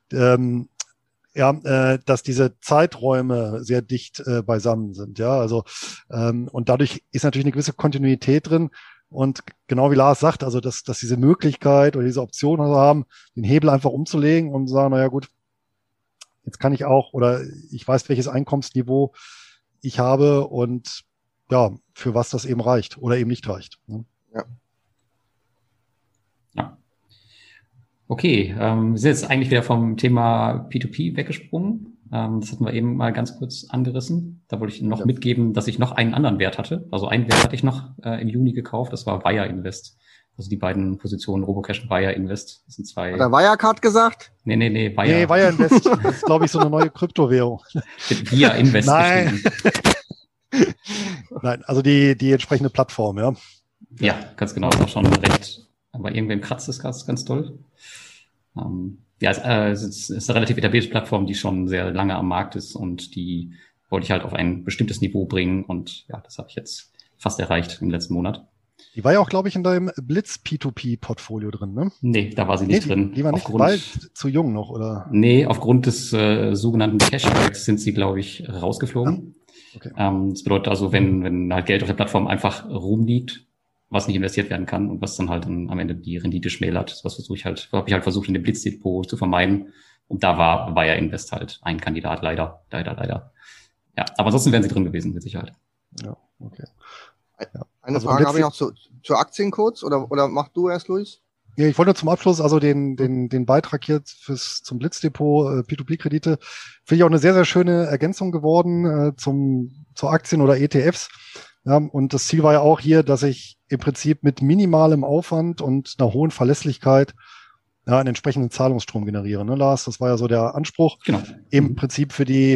dass diese Zeiträume sehr dicht beisammen sind. Ja, also und dadurch ist natürlich eine gewisse Kontinuität drin. Und genau wie Lars sagt, also dass diese Möglichkeit oder diese Option haben, den Hebel einfach umzulegen und sagen, naja gut, jetzt kann ich auch oder ich weiß, welches Einkommensniveau ich habe und ja, für was das eben reicht oder eben nicht reicht. Ne? Ja. Ja. Okay, wir sind jetzt eigentlich wieder vom Thema P2P weggesprungen. Das hatten wir eben mal ganz kurz angerissen. Da wollte ich noch mitgeben, dass ich noch einen anderen Wert hatte. Also einen Wert hatte ich noch im Juni gekauft. Das war Wire Invest. Also die beiden Positionen Robocash und Wire Invest. Das sind zwei. Hat er Wirecard gesagt? Nee, Wire. Nee, Wire Invest. Das ist, glaube ich, so eine neue Kryptowährung. Via Invest. Nein. Nein, also die entsprechende Plattform, ja. Ja, ganz genau. Ist auch schon recht. Aber irgendwem kratzt es ganz toll. Es ist eine relativ etablierte Plattform, die schon sehr lange am Markt ist und die wollte ich halt auf ein bestimmtes Niveau bringen und ja, das habe ich jetzt fast erreicht im letzten Monat. Die war ja auch, glaube ich, in deinem Blitz P2P-Portfolio drin, ne? Nee, da war sie nicht drin. Die war nicht bald zu jung noch, oder? Nee, aufgrund des sogenannten Cashbacks sind sie, glaube ich, rausgeflogen. Ja. Okay. Das bedeutet also, wenn halt Geld auf der Plattform einfach rumliegt, was nicht investiert werden kann und was dann halt am Ende die Rendite schmälert. Das habe ich halt versucht, in dem Blitzdepot zu vermeiden. Und da war ja Invest halt ein Kandidat, leider. Ja, aber ansonsten wären sie drin gewesen, mit Sicherheit. Ja, okay. Ja. Eine Frage habe ich noch zu Aktien kurz, oder mach du erst, Luis? Ja, ich wollte zum Abschluss also den Beitrag hier zum Blitzdepot P2P-Kredite finde ich auch eine sehr, sehr schöne Ergänzung geworden zur Aktien oder ETFs. Ja, und das Ziel war ja auch hier, dass ich im Prinzip mit minimalem Aufwand und einer hohen Verlässlichkeit einen entsprechenden Zahlungsstrom generiere. Ne, Lars? Das war ja so der Anspruch. Genau. Im Prinzip für die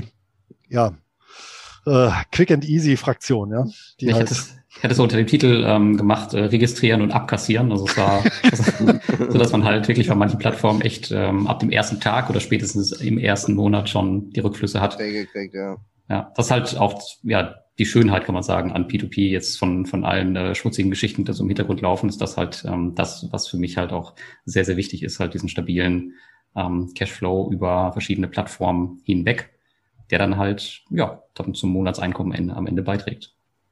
Quick and Easy Fraktion. Ja, ich hätte es unter dem Titel gemacht, registrieren und abkassieren. Also es war so, dass man halt wirklich bei manchen Plattformen echt ab dem ersten Tag oder spätestens im ersten Monat schon die Rückflüsse hat. Gekriegt, ja. Ja, das ist halt auch die Schönheit, kann man sagen, an P2P jetzt von allen schmutzigen Geschichten, die so im Hintergrund laufen, ist das halt das, was für mich halt auch sehr, sehr wichtig ist, halt diesen stabilen Cashflow über verschiedene Plattformen hinweg, der dann halt dann zum Monatseinkommen am Ende beiträgt.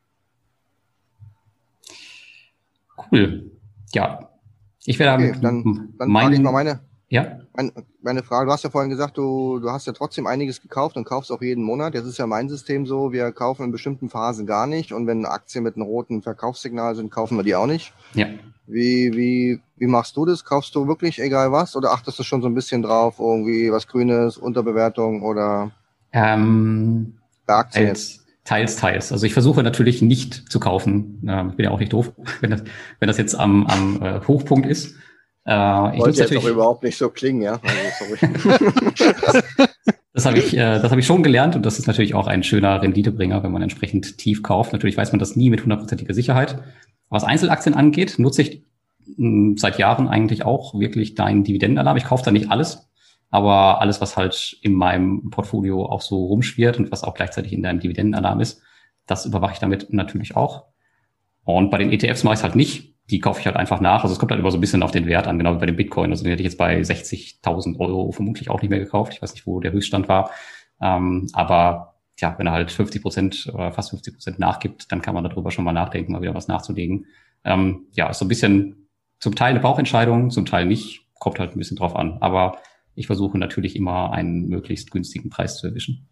Cool. Ja. Ich werde okay, dann frage ich mal meine Frage. Du hast ja vorhin gesagt, du hast ja trotzdem einiges gekauft und kaufst auch jeden Monat. Jetzt ist ja mein System so, wir kaufen in bestimmten Phasen gar nicht und wenn Aktien mit einem roten Verkaufssignal sind, kaufen wir die auch nicht. Ja. Wie machst du das? Kaufst du wirklich egal was oder achtest du schon so ein bisschen drauf, irgendwie was Grünes, Unterbewertung oder bei Aktien jetzt? Teils. Also ich versuche natürlich nicht zu kaufen. Ich bin ja auch nicht doof, wenn das jetzt am Hochpunkt ist. Ich wollte jetzt auch überhaupt nicht so klingen, ja. Also, sorry. Das habe ich schon gelernt und das ist natürlich auch ein schöner Renditebringer, wenn man entsprechend tief kauft. Natürlich weiß man das nie mit 100%iger Sicherheit. Was Einzelaktien angeht, nutze ich seit Jahren eigentlich auch wirklich deinen Dividendenalarm. Ich kaufe da nicht alles, aber alles, was halt in meinem Portfolio auch so rumschwirrt und was auch gleichzeitig in deinem Dividendenalarm ist, das überwache ich damit natürlich auch. Und bei den ETFs mache ich es halt nicht. Die kaufe ich halt einfach nach. Also es kommt halt immer so ein bisschen auf den Wert an, genau wie bei dem Bitcoin. Also den hätte ich jetzt bei 60.000 Euro vermutlich auch nicht mehr gekauft. Ich weiß nicht, wo der Höchststand war. Aber ja, wenn er halt 50% oder fast 50% nachgibt, dann kann man darüber schon mal nachdenken, mal wieder was nachzulegen. Ist so ein bisschen zum Teil eine Bauchentscheidung, zum Teil nicht. Kommt halt ein bisschen drauf an. Aber ich versuche natürlich immer einen möglichst günstigen Preis zu erwischen.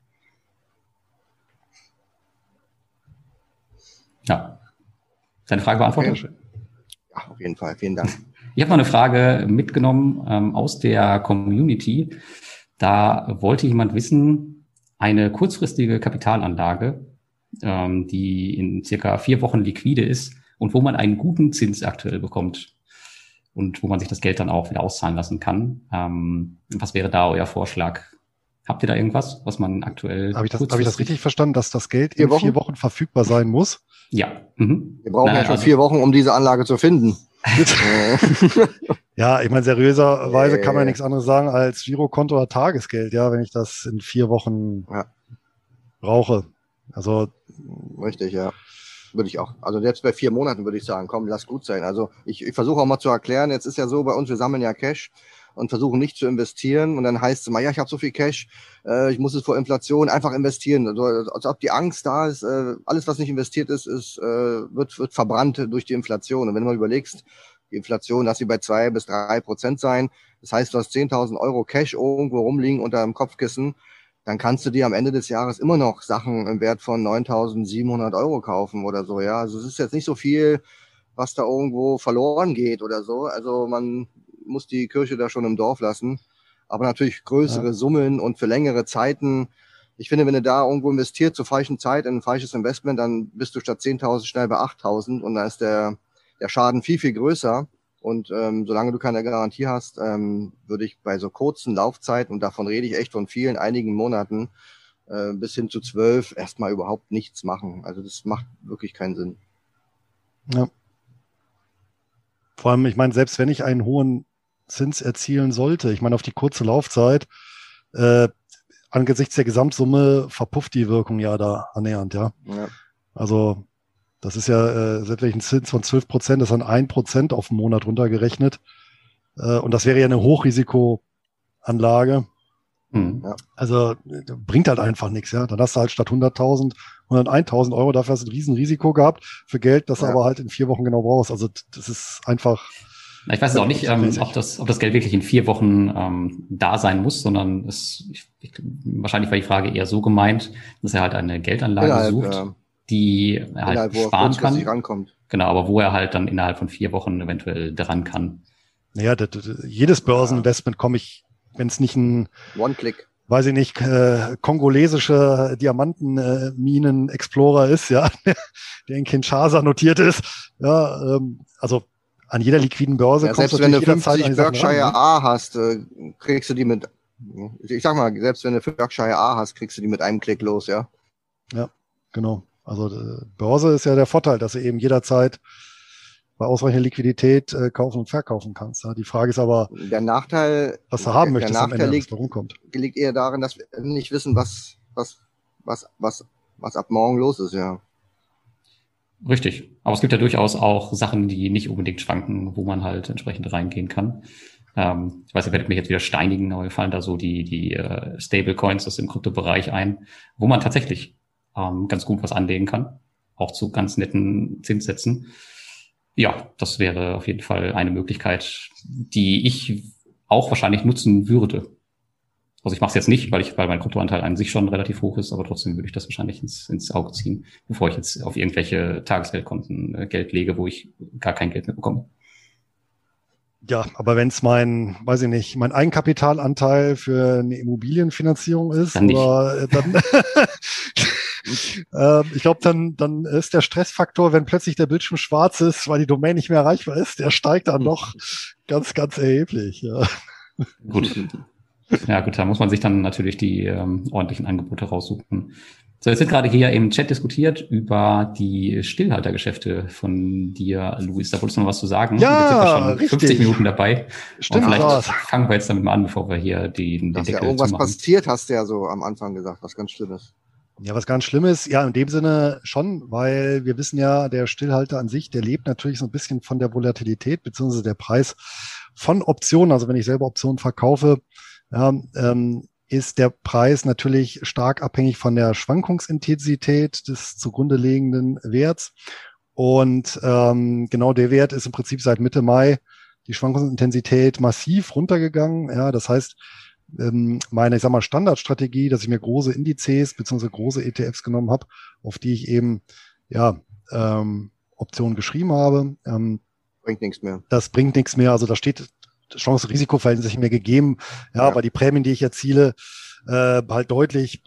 Ja. Deine Frage beantwortet? Okay. Ja, auf jeden Fall. Vielen Dank. Ich habe mal eine Frage mitgenommen aus der Community. Da wollte jemand wissen, eine kurzfristige Kapitalanlage, die in circa 4 Wochen liquide ist und wo man einen guten Zins aktuell bekommt und wo man sich das Geld dann auch wieder auszahlen lassen kann. Was wäre da euer Vorschlag? Habt ihr da irgendwas, was man aktuell... Habe ich das richtig verstanden, dass das Geld in 4 Wochen verfügbar sein muss? Ja. Wir brauchen ja schon 4 Wochen, um diese Anlage zu finden. Ja, ich meine, seriöserweise kann man ja nichts anderes sagen als Girokonto oder Tagesgeld, ja, wenn ich das in 4 Wochen brauche. Also richtig, ja. Würde ich auch. Also jetzt bei 4 Monaten würde ich sagen, komm, lass gut sein. Also ich versuche auch mal zu erklären, jetzt ist ja so bei uns, wir sammeln ja Cash und versuchen nicht zu investieren. Und dann heißt es mal, ja, ich habe so viel Cash, ich muss es vor Inflation einfach investieren. Also, als ob die Angst da ist, alles, was nicht investiert ist, wird verbrannt durch die Inflation. Und wenn du mal überlegst, die Inflation, lass sie bei 2-3% sein. Das heißt, du hast 10.000 Euro Cash irgendwo rumliegen unter dem Kopfkissen. Dann kannst du dir am Ende des Jahres immer noch Sachen im Wert von 9.700 Euro kaufen oder so. Ja, also es ist jetzt nicht so viel, was da irgendwo verloren geht oder so. Also man muss die Kirche da schon im Dorf lassen. Aber natürlich größere Summen und für längere Zeiten. Ich finde, wenn du da irgendwo investiert zur falschen Zeit in ein falsches Investment, dann bist du statt 10.000 schnell bei 8.000 und dann ist der Schaden viel, viel größer. Und solange du keine Garantie hast, würde ich bei so kurzen Laufzeiten, und davon rede ich echt von einigen Monaten, bis hin zu 12 erstmal überhaupt nichts machen. Also das macht wirklich keinen Sinn. Ja. Vor allem, ich meine, selbst wenn ich einen hohen Zins erzielen sollte, ich meine, auf die kurze Laufzeit, angesichts der Gesamtsumme verpufft die Wirkung ja da annähernd, ja. Also das ist ja selbst ein Zins von 12%, das ist dann 1% auf den Monat runtergerechnet. Und das wäre ja eine Hochrisikoanlage. Ja. Also bringt halt einfach nichts, ja. Dann hast du halt statt 100.000, 101.000 Euro, dafür hast du ein Riesenrisiko gehabt für Geld, das du aber halt in 4 Wochen genau brauchst. Also das ist einfach... Ich weiß auch nicht, ob das Geld wirklich in 4 Wochen da sein muss, sondern wahrscheinlich war die Frage eher so gemeint, dass er halt eine Geldanlage sucht, die er halt sparen kann. Rankommt. Genau, aber wo er halt dann innerhalb von 4 Wochen eventuell dran kann. Naja, jedes Börseninvestment komme ich, wenn es nicht ein One-Click, weiß ich nicht, kongolesische Diamantenminen-Explorer ist, ja, der in Kinshasa notiert ist. Ja, also an jeder liquiden Börse kommst selbst wenn du 50 Berkshire A hast, kriegst du die mit, ich sag mal, selbst wenn du Berkshire A hast, kriegst du die mit einem Klick los, ja. Ja, genau. Also Börse ist ja der Vorteil, dass du eben jederzeit bei ausreichender Liquidität kaufen und verkaufen kannst. Ja. Die Frage ist aber, der Nachteil, was du haben möchtest am Ende, liegt eher darin, dass wir nicht wissen, was ab morgen los ist, ja. Richtig. Aber es gibt ja durchaus auch Sachen, die nicht unbedingt schwanken, wo man halt entsprechend reingehen kann. Ich weiß, ihr werdet mich jetzt wieder steinigen, aber mir fallen da so die Stablecoins aus dem Kryptobereich ein, wo man tatsächlich ganz gut was anlegen kann. Auch zu ganz netten Zinssätzen. Ja, das wäre auf jeden Fall eine Möglichkeit, die ich auch wahrscheinlich nutzen würde. Also ich mache es jetzt nicht, weil mein Kontoanteil an sich schon relativ hoch ist, aber trotzdem würde ich das wahrscheinlich ins Auge ziehen, bevor ich jetzt auf irgendwelche Tagesgeldkonten Geld lege, wo ich gar kein Geld mehr bekomme. Ja, aber wenn es mein Eigenkapitalanteil für eine Immobilienfinanzierung ist, dann ich glaube, dann ist der Stressfaktor, wenn plötzlich der Bildschirm schwarz ist, weil die Domain nicht mehr erreichbar ist, der steigt dann noch ganz, ganz erheblich. Ja. Gut. Ja gut, da muss man sich dann natürlich die ordentlichen Angebote raussuchen. So, jetzt wird gerade hier im Chat diskutiert über die Stillhaltergeschäfte von dir, Luis. Da wolltest du noch was zu sagen. Ja, jetzt sind wir schon richtig. 50 Minuten dabei. Stimmt. Und vielleicht fangen wir jetzt damit mal an, bevor wir hier den Dass Deckel ja irgendwas zumachen. passiert, hast du ja so am Anfang gesagt, was ganz Schlimmes. Ja, was ganz Schlimmes, ja, in dem Sinne schon, weil wir wissen ja, der Stillhalter an sich, der lebt natürlich so ein bisschen von der Volatilität, beziehungsweise der Preis von Optionen. Also wenn ich selber Optionen verkaufe, ja, ist der Preis natürlich stark abhängig von der Schwankungsintensität des zugrunde liegenden Werts. Und genau der Wert ist im Prinzip seit Mitte Mai die Schwankungsintensität massiv runtergegangen. Ja, das heißt, meine, ich sag mal, Standardstrategie, dass ich mir große Indizes bzw. große ETFs genommen habe, auf die ich eben Optionen geschrieben habe, Bringt nichts mehr. Das bringt nichts mehr. Also da steht Chance-Risiko-Verhältnis nicht mehr gegeben. Ja, weil die Prämien, die ich erziele, halt deutlich,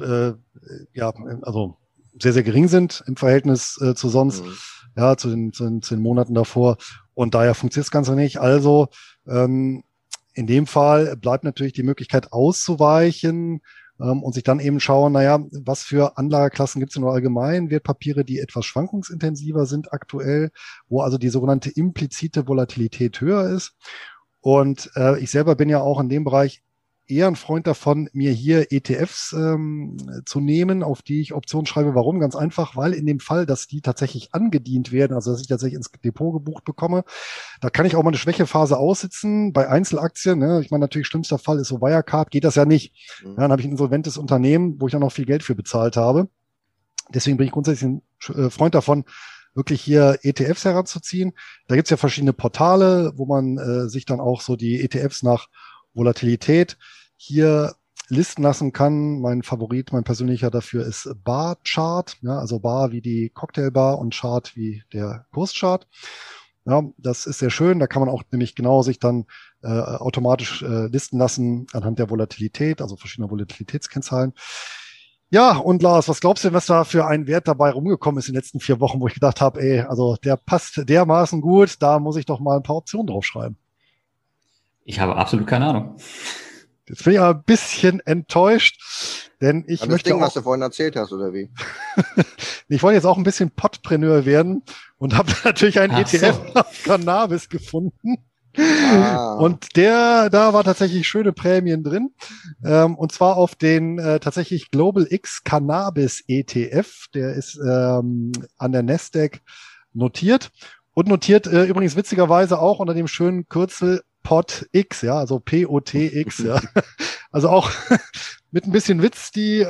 also sehr, sehr gering sind im Verhältnis zu sonst, zu den Monaten davor. Und daher funktioniert das Ganze nicht. Also in dem Fall bleibt natürlich die Möglichkeit auszuweichen und sich dann eben schauen, was für Anlageklassen gibt es denn nur allgemein? Wertpapiere, die etwas schwankungsintensiver sind aktuell, wo also die sogenannte implizite Volatilität höher ist. Und ich selber bin ja auch in dem Bereich eher ein Freund davon, mir hier ETFs zu nehmen, auf die ich Optionen schreibe. Warum? Ganz einfach, weil in dem Fall, dass die tatsächlich angedient werden, also dass ich tatsächlich ins Depot gebucht bekomme, da kann ich auch mal eine Schwächephase aussitzen. Bei Einzelaktien, ne, ich meine, natürlich schlimmster Fall ist so Wirecard, geht das ja nicht. Ja, dann habe ich ein insolventes Unternehmen, wo ich dann noch viel Geld für bezahlt habe. Deswegen bin ich grundsätzlich ein Freund davon, wirklich hier ETFs heranzuziehen. Da gibt's ja verschiedene Portale, wo man sich dann auch so die ETFs nach Volatilität hier listen lassen kann. Mein Favorit, mein persönlicher dafür ist Bar Chart, ja, also Bar wie die Cocktailbar und Chart wie der Kurschart. Ja, das ist sehr schön. Da kann man auch nämlich genau sich dann automatisch listen lassen anhand der Volatilität, also verschiedener Volatilitätskennzahlen. Ja, und Lars, was glaubst du denn, was da für ein Wert dabei rumgekommen ist in den letzten 4 Wochen, wo ich gedacht habe, also der passt dermaßen gut, da muss ich doch mal ein paar Optionen draufschreiben. Ich habe absolut keine Ahnung. Jetzt bin ich aber ein bisschen enttäuscht, denn ich möchte das Ding, was du vorhin erzählt hast, oder wie? Ich wollte jetzt auch ein bisschen Podpreneur werden und habe natürlich einen ETF auf Cannabis gefunden. Und da war tatsächlich schöne Prämien drin. Und zwar auf den tatsächlich Global X Cannabis ETF. Der ist an der Nasdaq notiert. Und notiert übrigens witzigerweise auch unter dem schönen Kürzel POTX, ja, also POTX, ja. Also auch mit ein bisschen Witz die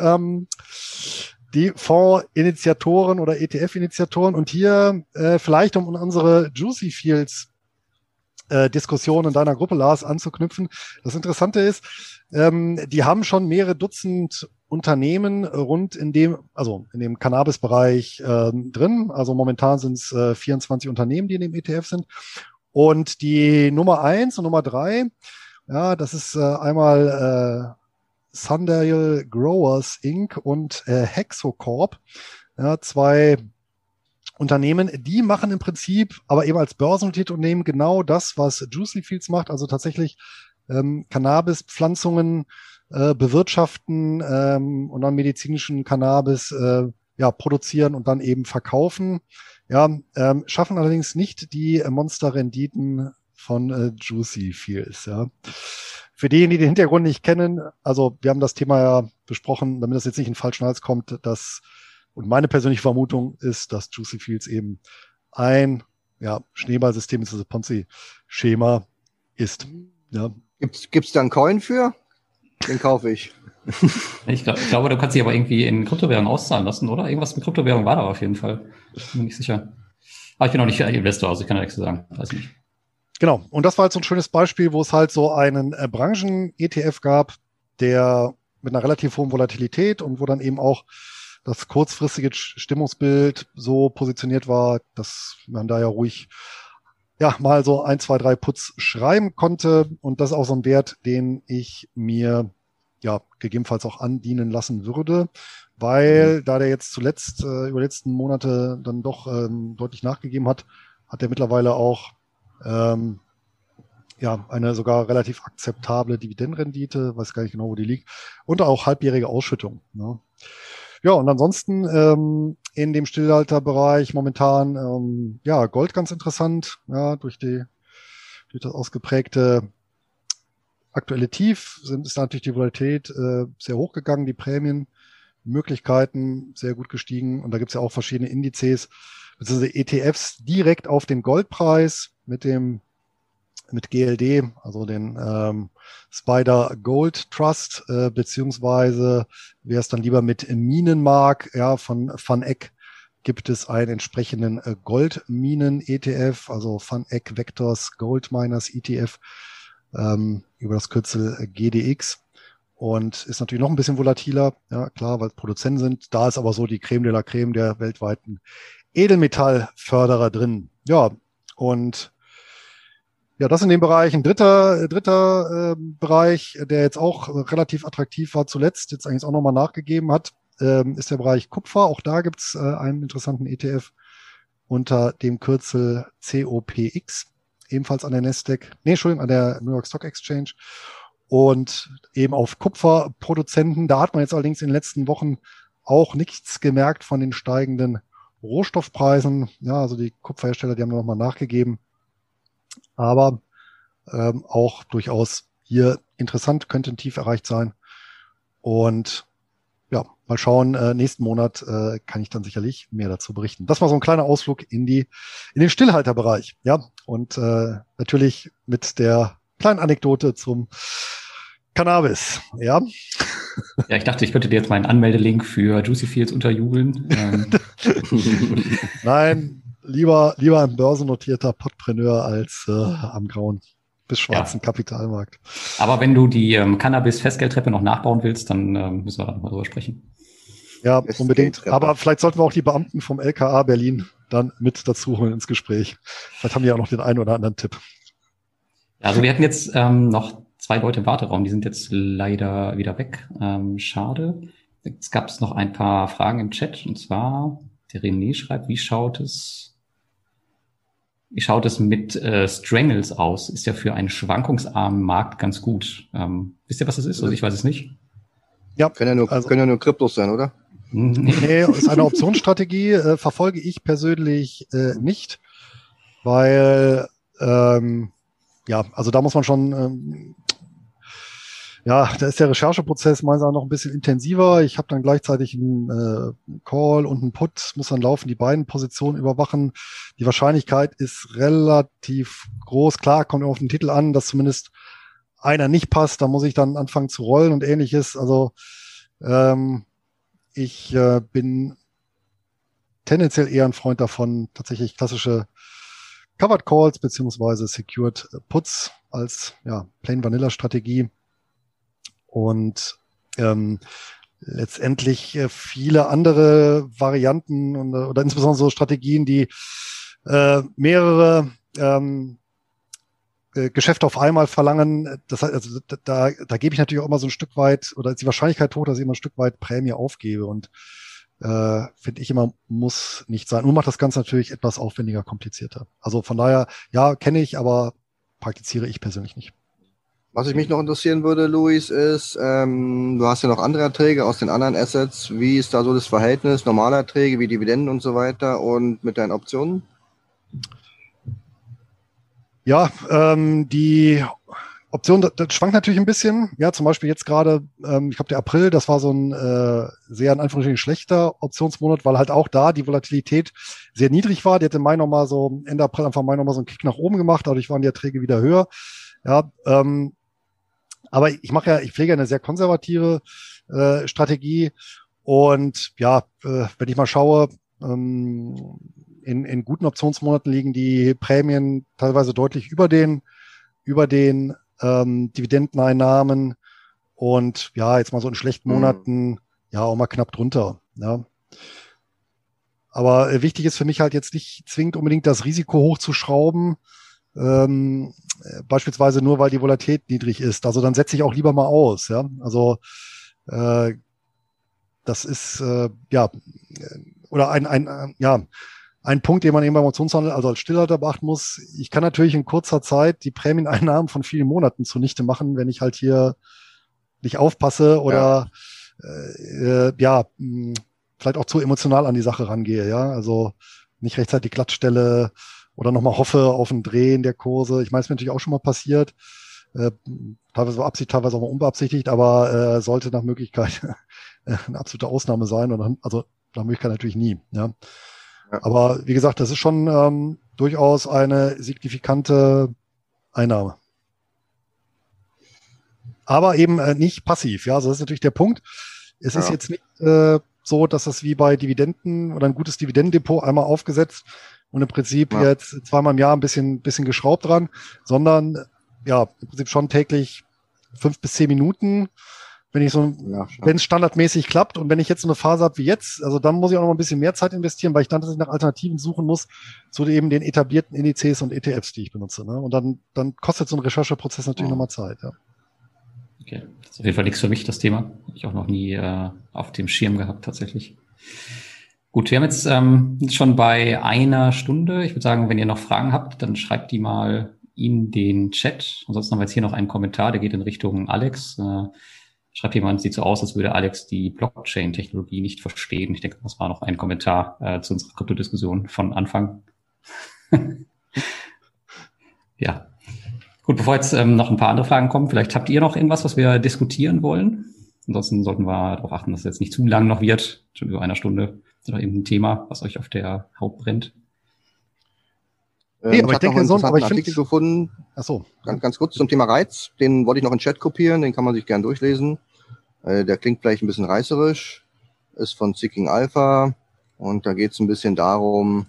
Fondsinitiatoren oder ETF-Initiatoren. Und hier vielleicht, um unsere Juicy Fields Diskussion in deiner Gruppe, Lars, anzuknüpfen. Das Interessante ist, die haben schon mehrere Dutzend Unternehmen rund in dem Cannabis-Bereich drin. Also momentan sind es 24 Unternehmen, die in dem ETF sind. Und die Nummer 1 und Nummer 3, ja, das ist einmal Sundial Growers Inc. und Hexocorp, ja, 2 Unternehmen, die machen im Prinzip, aber eben als börsennotierte Unternehmen genau das, was Juicy Fields macht, also tatsächlich Cannabis-Pflanzungen bewirtschaften und dann medizinischen Cannabis produzieren und dann eben verkaufen. Ja, schaffen allerdings nicht die Monsterrenditen von Juicy Fields. Ja. Für diejenigen, die den Hintergrund nicht kennen, also wir haben das Thema ja besprochen, damit das jetzt nicht in den falschen Hals kommt, und meine persönliche Vermutung ist, dass Juicy Fields eben ein Schneeballsystem, ist also Ponzi-Schema ist. Ja. Gibt's da einen Coin für? Den kaufe ich. Ich glaube, du kannst dich aber irgendwie in Kryptowährung auszahlen lassen, oder? Irgendwas mit Kryptowährung war da auf jeden Fall. Bin mir nicht sicher. Aber ich bin auch nicht Investor, also ich kann da nichts zu sagen. Weiß nicht. Genau. Und das war halt so ein schönes Beispiel, wo es halt so einen Branchen-ETF gab, der mit einer relativ hohen Volatilität und wo dann eben auch das kurzfristige Stimmungsbild so positioniert war, dass man da ja ruhig mal so 1, 2, 3 Puts schreiben konnte. Und das ist auch so ein Wert, den ich mir gegebenenfalls auch andienen lassen würde, weil da der jetzt zuletzt über die letzten Monate dann doch deutlich nachgegeben hat, hat er mittlerweile auch eine sogar relativ akzeptable Dividendenrendite, weiß gar nicht genau, wo die liegt, und auch halbjährige Ausschüttung. Ne? Ja, und ansonsten in dem Stillhalterbereich momentan Gold ganz interessant, ja, durch das ausgeprägte aktuelle Tief ist natürlich die Volatilität sehr hoch gegangen, die Prämienmöglichkeiten sehr gut gestiegen, und da gibt es ja auch verschiedene Indizes, beziehungsweise ETFs direkt auf den Goldpreis mit GLD, also den Spider Gold Trust, beziehungsweise wer es dann lieber mit Minen mag, von Van Eck gibt es einen entsprechenden Goldminen-ETF, also Van Eck Vectors Gold Miners ETF, über das Kürzel GDX, und ist natürlich noch ein bisschen volatiler, ja klar, weil es Produzenten sind. Da ist aber so die Creme de la Creme der weltweiten Edelmetallförderer drin. Ja, und Ja, das in dem Bereich. Ein dritter Bereich, der jetzt auch relativ attraktiv war zuletzt, jetzt eigentlich auch nochmal nachgegeben hat, ist der Bereich Kupfer. Auch da gibt's einen interessanten ETF unter dem Kürzel COPX, ebenfalls an der an der New York Stock Exchange. Und eben auf Kupferproduzenten. Da hat man jetzt allerdings in den letzten Wochen auch nichts gemerkt von den steigenden Rohstoffpreisen. Ja, also die Kupferhersteller, die haben nochmal nachgegeben. Aber auch durchaus hier interessant, könnte ein Tief erreicht sein. Und ja, mal schauen, nächsten Monat kann ich dann sicherlich mehr dazu berichten. Das war so ein kleiner Ausflug in den Stillhalterbereich. Ja, und natürlich mit der kleinen Anekdote zum Cannabis. Ja. Ja, ich dachte, ich könnte dir jetzt meinen Anmeldelink für Juicy Fields unterjubeln. Nein, lieber ein börsennotierter Podpreneur als am grauen bis schwarzen Kapitalmarkt. Aber wenn du die Cannabis-Festgeldtreppe noch nachbauen willst, dann müssen wir da nochmal drüber sprechen. Ja, unbedingt. Aber vielleicht sollten wir auch die Beamten vom LKA Berlin dann mit dazu holen ins Gespräch. Vielleicht haben die auch noch den einen oder anderen Tipp. Also wir hatten jetzt noch 2 Leute im Warteraum, die sind jetzt leider wieder weg. Schade. Jetzt gab es noch ein paar Fragen im Chat, und zwar, der René schreibt, wie schaut es mit Strangles aus? Ist ja für einen schwankungsarmen Markt ganz gut. Wisst ihr, was das ist? Also ich weiß es nicht. Ja, können ja nur Kryptos sein, oder? Nee, ist eine Optionsstrategie, verfolge ich persönlich nicht, weil also da muss man schon da ist der Rechercheprozess meines Erachtens noch ein bisschen intensiver. Ich habe dann gleichzeitig einen Call und einen Put, muss dann laufen, die beiden Positionen überwachen. Die Wahrscheinlichkeit ist relativ groß. Klar, kommt auf den Titel an, dass zumindest einer nicht passt. Da muss ich dann anfangen zu rollen und Ähnliches. Also ich bin tendenziell eher ein Freund davon, tatsächlich klassische Covered Calls beziehungsweise Secured Puts als Plain Vanilla Strategie. Und letztendlich viele andere Varianten oder insbesondere so Strategien, die mehrere Geschäfte auf einmal verlangen. Das heißt, also da gebe ich natürlich auch immer so ein Stück weit, oder ist die Wahrscheinlichkeit hoch, dass ich immer ein Stück weit Prämie aufgebe. Und finde ich immer, muss nicht sein. Und macht das Ganze natürlich etwas aufwendiger, komplizierter. Also von daher, ja, kenne ich, aber praktiziere ich persönlich nicht. Was mich noch interessieren würde, Luis, ist, du hast ja noch andere Erträge aus den anderen Assets. Wie ist da so das Verhältnis normaler Erträge wie Dividenden und so weiter und mit deinen Optionen? Ja, die Option, das schwankt natürlich ein bisschen. Ja, zum Beispiel jetzt gerade, ich glaube, der April, das war so ein sehr in Anführungsstrichen schlechter Optionsmonat, weil halt auch da die Volatilität sehr niedrig war. Die hat im Mai nochmal so, Ende April, Anfang Mai nochmal so einen Kick nach oben gemacht. Dadurch waren die Erträge wieder höher. Ja, aber ich pflege eine sehr konservative Strategie. Und ja, wenn ich mal schaue, in guten Optionsmonaten liegen die Prämien teilweise deutlich über den Dividendeneinnahmen und ja, jetzt mal so in schlechten Monaten, ja, auch mal knapp drunter. Ja. Aber wichtig ist für mich halt jetzt nicht zwingend unbedingt das Risiko hochzuschrauben, beispielsweise nur, weil die Volatilität niedrig ist. Also dann setze ich auch lieber mal aus. Ja, also das ist oder ein Punkt, den man eben beim Optionshandel, also als Stillhalter beachten muss. Ich kann natürlich in kurzer Zeit die Prämieneinnahmen von vielen Monaten zunichte machen, wenn ich halt hier nicht aufpasse oder vielleicht auch zu emotional an die Sache rangehe. Ja, also nicht rechtzeitig glatt stelle oder nochmal hoffe auf ein Drehen der Kurse. Ich meine, es ist mir natürlich auch schon mal passiert. Teilweise Absicht, teilweise auch mal unbeabsichtigt, aber sollte nach Möglichkeit eine absolute Ausnahme sein. Und also nach Möglichkeit natürlich nie. Ja. Aber wie gesagt, das ist schon durchaus eine signifikante Einnahme. Aber eben nicht passiv. Ja, also das ist natürlich der Punkt. Es ist jetzt nicht so, dass das wie bei Dividenden oder ein gutes Dividendendepot einmal aufgesetzt und im Prinzip jetzt zweimal im Jahr ein bisschen geschraubt dran, sondern ja, im Prinzip schon täglich 5 bis 10 Minuten. wenn es standardmäßig klappt und wenn ich jetzt so eine Phase habe wie jetzt, also dann muss ich auch noch mal ein bisschen mehr Zeit investieren, weil ich dann tatsächlich nach Alternativen suchen muss zu eben den etablierten Indizes und ETFs, die ich benutze. Ne? Und dann kostet so ein Rechercheprozess natürlich nochmal Zeit. Ja. Okay, das ist auf jeden Fall nichts für mich, das Thema. Habe ich auch noch nie auf dem Schirm gehabt, tatsächlich. Gut, wir haben jetzt schon bei 1 Stunde. Ich würde sagen, wenn ihr noch Fragen habt, dann schreibt die mal in den Chat. Ansonsten haben wir jetzt hier noch einen Kommentar, der geht in Richtung Alex. Schreibt jemand, sieht so aus, als würde Alex die Blockchain-Technologie nicht verstehen. Ich denke, das war noch ein Kommentar zu unserer Kryptodiskussion von Anfang. Ja. Gut, bevor jetzt noch ein paar andere Fragen kommen, vielleicht habt ihr noch irgendwas, was wir diskutieren wollen? Ansonsten sollten wir darauf achten, dass es jetzt nicht zu lang noch wird. Schon über 1 Stunde. Ist noch irgendein Thema, was euch auf der Haut brennt? Nee, aber ich denke, sonst habe ich einen Artikel gefunden. Ach so. Ganz kurz zum Thema Reiz. Den wollte ich noch in den Chat kopieren. Den kann man sich gern durchlesen. Der klingt vielleicht ein bisschen reißerisch. Ist von Seeking Alpha. Und da geht es ein bisschen darum,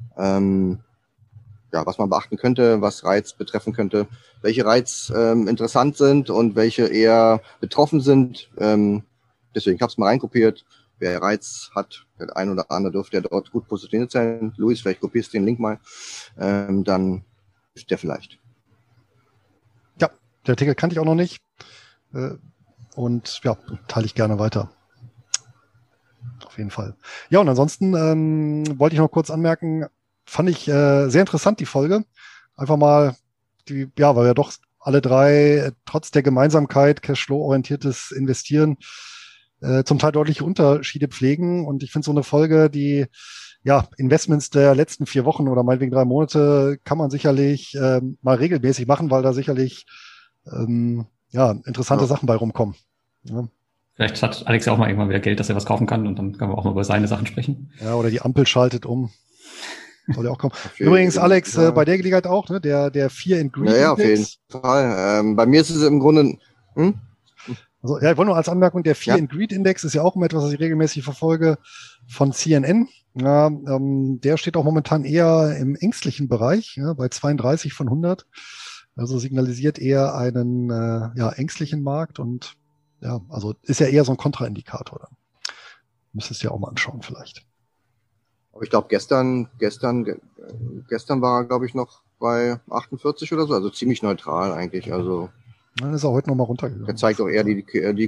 was man beachten könnte, was Reiz betreffen könnte, welche Reiz interessant sind und welche eher betroffen sind. Deswegen habe ich es mal reinkopiert. Wer Reiz hat, der ein oder andere dürfte ja dort gut positioniert sein. Luis, vielleicht kopierst du den Link mal. Dann ist der vielleicht. Ja, der Artikel kannte ich auch noch nicht. Und ja, teile ich gerne weiter. Auf jeden Fall. Ja, und ansonsten wollte ich noch kurz anmerken, fand ich sehr interessant, die Folge. Einfach mal, weil wir doch alle drei trotz der Gemeinsamkeit Cashflow-orientiertes Investieren zum Teil deutliche Unterschiede pflegen. Und ich finde so eine Folge, die Investments der letzten 4 Wochen oder meinetwegen 3 Monate kann man sicherlich mal regelmäßig machen, weil da sicherlich interessante Sachen bei rumkommen. Ja. Vielleicht hat Alex ja auch mal irgendwann wieder Geld, dass er was kaufen kann und dann können wir auch mal über seine Sachen sprechen. Ja, oder die Ampel schaltet um. Soll ja auch kommen. Übrigens, Alex, bei der Gelegenheit auch, ne? Der Fear and Greed Index. Ja, auf jeden Fall. Bei mir ist es im Grunde... Also, ich wollte nur als Anmerkung, der Fear and Greed Index ist ja auch immer etwas, was ich regelmäßig verfolge, von CNN. Ja, der steht auch momentan eher im ängstlichen Bereich, bei 32 von 100. Also signalisiert eher einen ängstlichen Markt und also ist ja eher so ein Kontraindikator dann. Müsstest du ja auch mal anschauen vielleicht. Aber ich glaube, gestern war er, glaube ich, noch bei 48 oder so, also ziemlich neutral eigentlich. Also dann ist er heute nochmal runtergegangen. Der zeigt auch eher die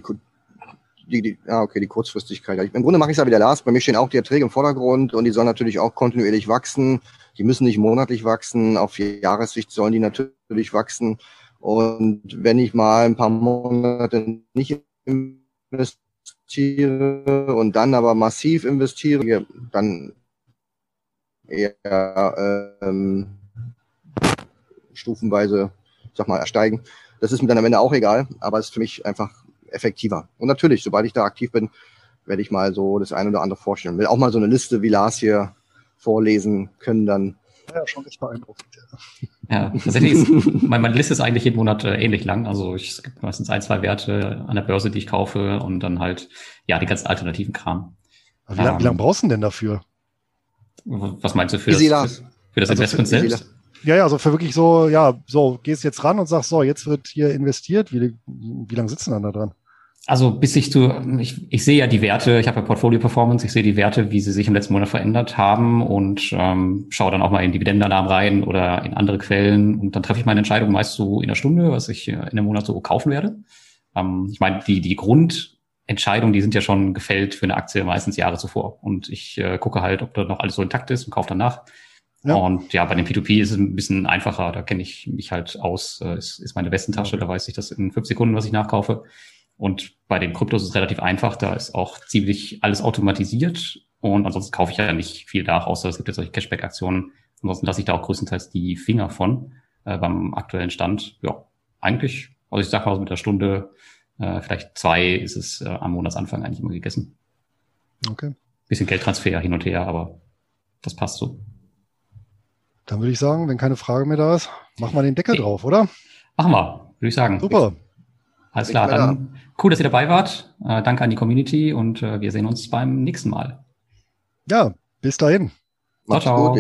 Kurzfristigkeit. Im Grunde mache ich es ja wie der Lars. Bei mir stehen auch die Erträge im Vordergrund und die sollen natürlich auch kontinuierlich wachsen. Die müssen nicht monatlich wachsen. Auf Jahressicht sollen die natürlich wachsen. Und wenn ich mal ein paar Monate nicht investiere und dann aber massiv investiere, dann eher stufenweise, ersteigen. Das ist mir dann am Ende auch egal, aber es ist für mich einfach effektiver. Und natürlich, sobald ich da aktiv bin, werde ich mal so das eine oder andere vorstellen. Will auch mal so eine Liste wie Lars hier vorlesen können dann. Ja, schon echt beeindruckend. Ja, tatsächlich ist, meine Liste ist eigentlich jeden Monat ähnlich lang. Also es gibt meistens 1, 2 Werte an der Börse, die ich kaufe und dann halt, die ganzen alternativen Kram. Wie lange brauchst du denn dafür? Was meinst du für das Investment selbst? Ja, also für wirklich so, gehst jetzt ran und sagst, so, jetzt wird hier investiert. Wie lange sitzen dann da dran? Also bis ich sehe ja die Werte, ich habe ja Portfolio Performance, ich sehe die Werte, wie sie sich im letzten Monat verändert haben und schaue dann auch mal in Dividendenalarm rein oder in andere Quellen und dann treffe ich meine Entscheidung meist so in einer Stunde, was ich in einem Monat so kaufen werde. Ich meine, die Grundentscheidungen, die sind ja schon gefällt für eine Aktie meistens Jahre zuvor und ich gucke halt, ob da noch alles so intakt ist und kaufe danach. Ja. Und bei dem P2P ist es ein bisschen einfacher, da kenne ich mich halt aus, ist meine Westentasche, da weiß ich das in 5 Sekunden, was ich nachkaufe. Und bei den Kryptos ist es relativ einfach, da ist auch ziemlich alles automatisiert und ansonsten kaufe ich ja nicht viel nach, außer es gibt jetzt solche Cashback-Aktionen. Ansonsten lasse ich da auch größtenteils die Finger von beim aktuellen Stand. Ja, eigentlich, also ich sag mal so mit der Stunde, vielleicht 2 ist es am Monatsanfang eigentlich immer gegessen. Okay. Bisschen Geldtransfer hin und her, aber das passt so. Dann würde ich sagen, wenn keine Frage mehr da ist, machen wir den Deckel drauf, oder? Machen wir, würde ich sagen. Super. Alles klar, dann cool, dass ihr dabei wart. Danke an die Community und wir sehen uns beim nächsten Mal. Ja, bis dahin. Ciao, ciao.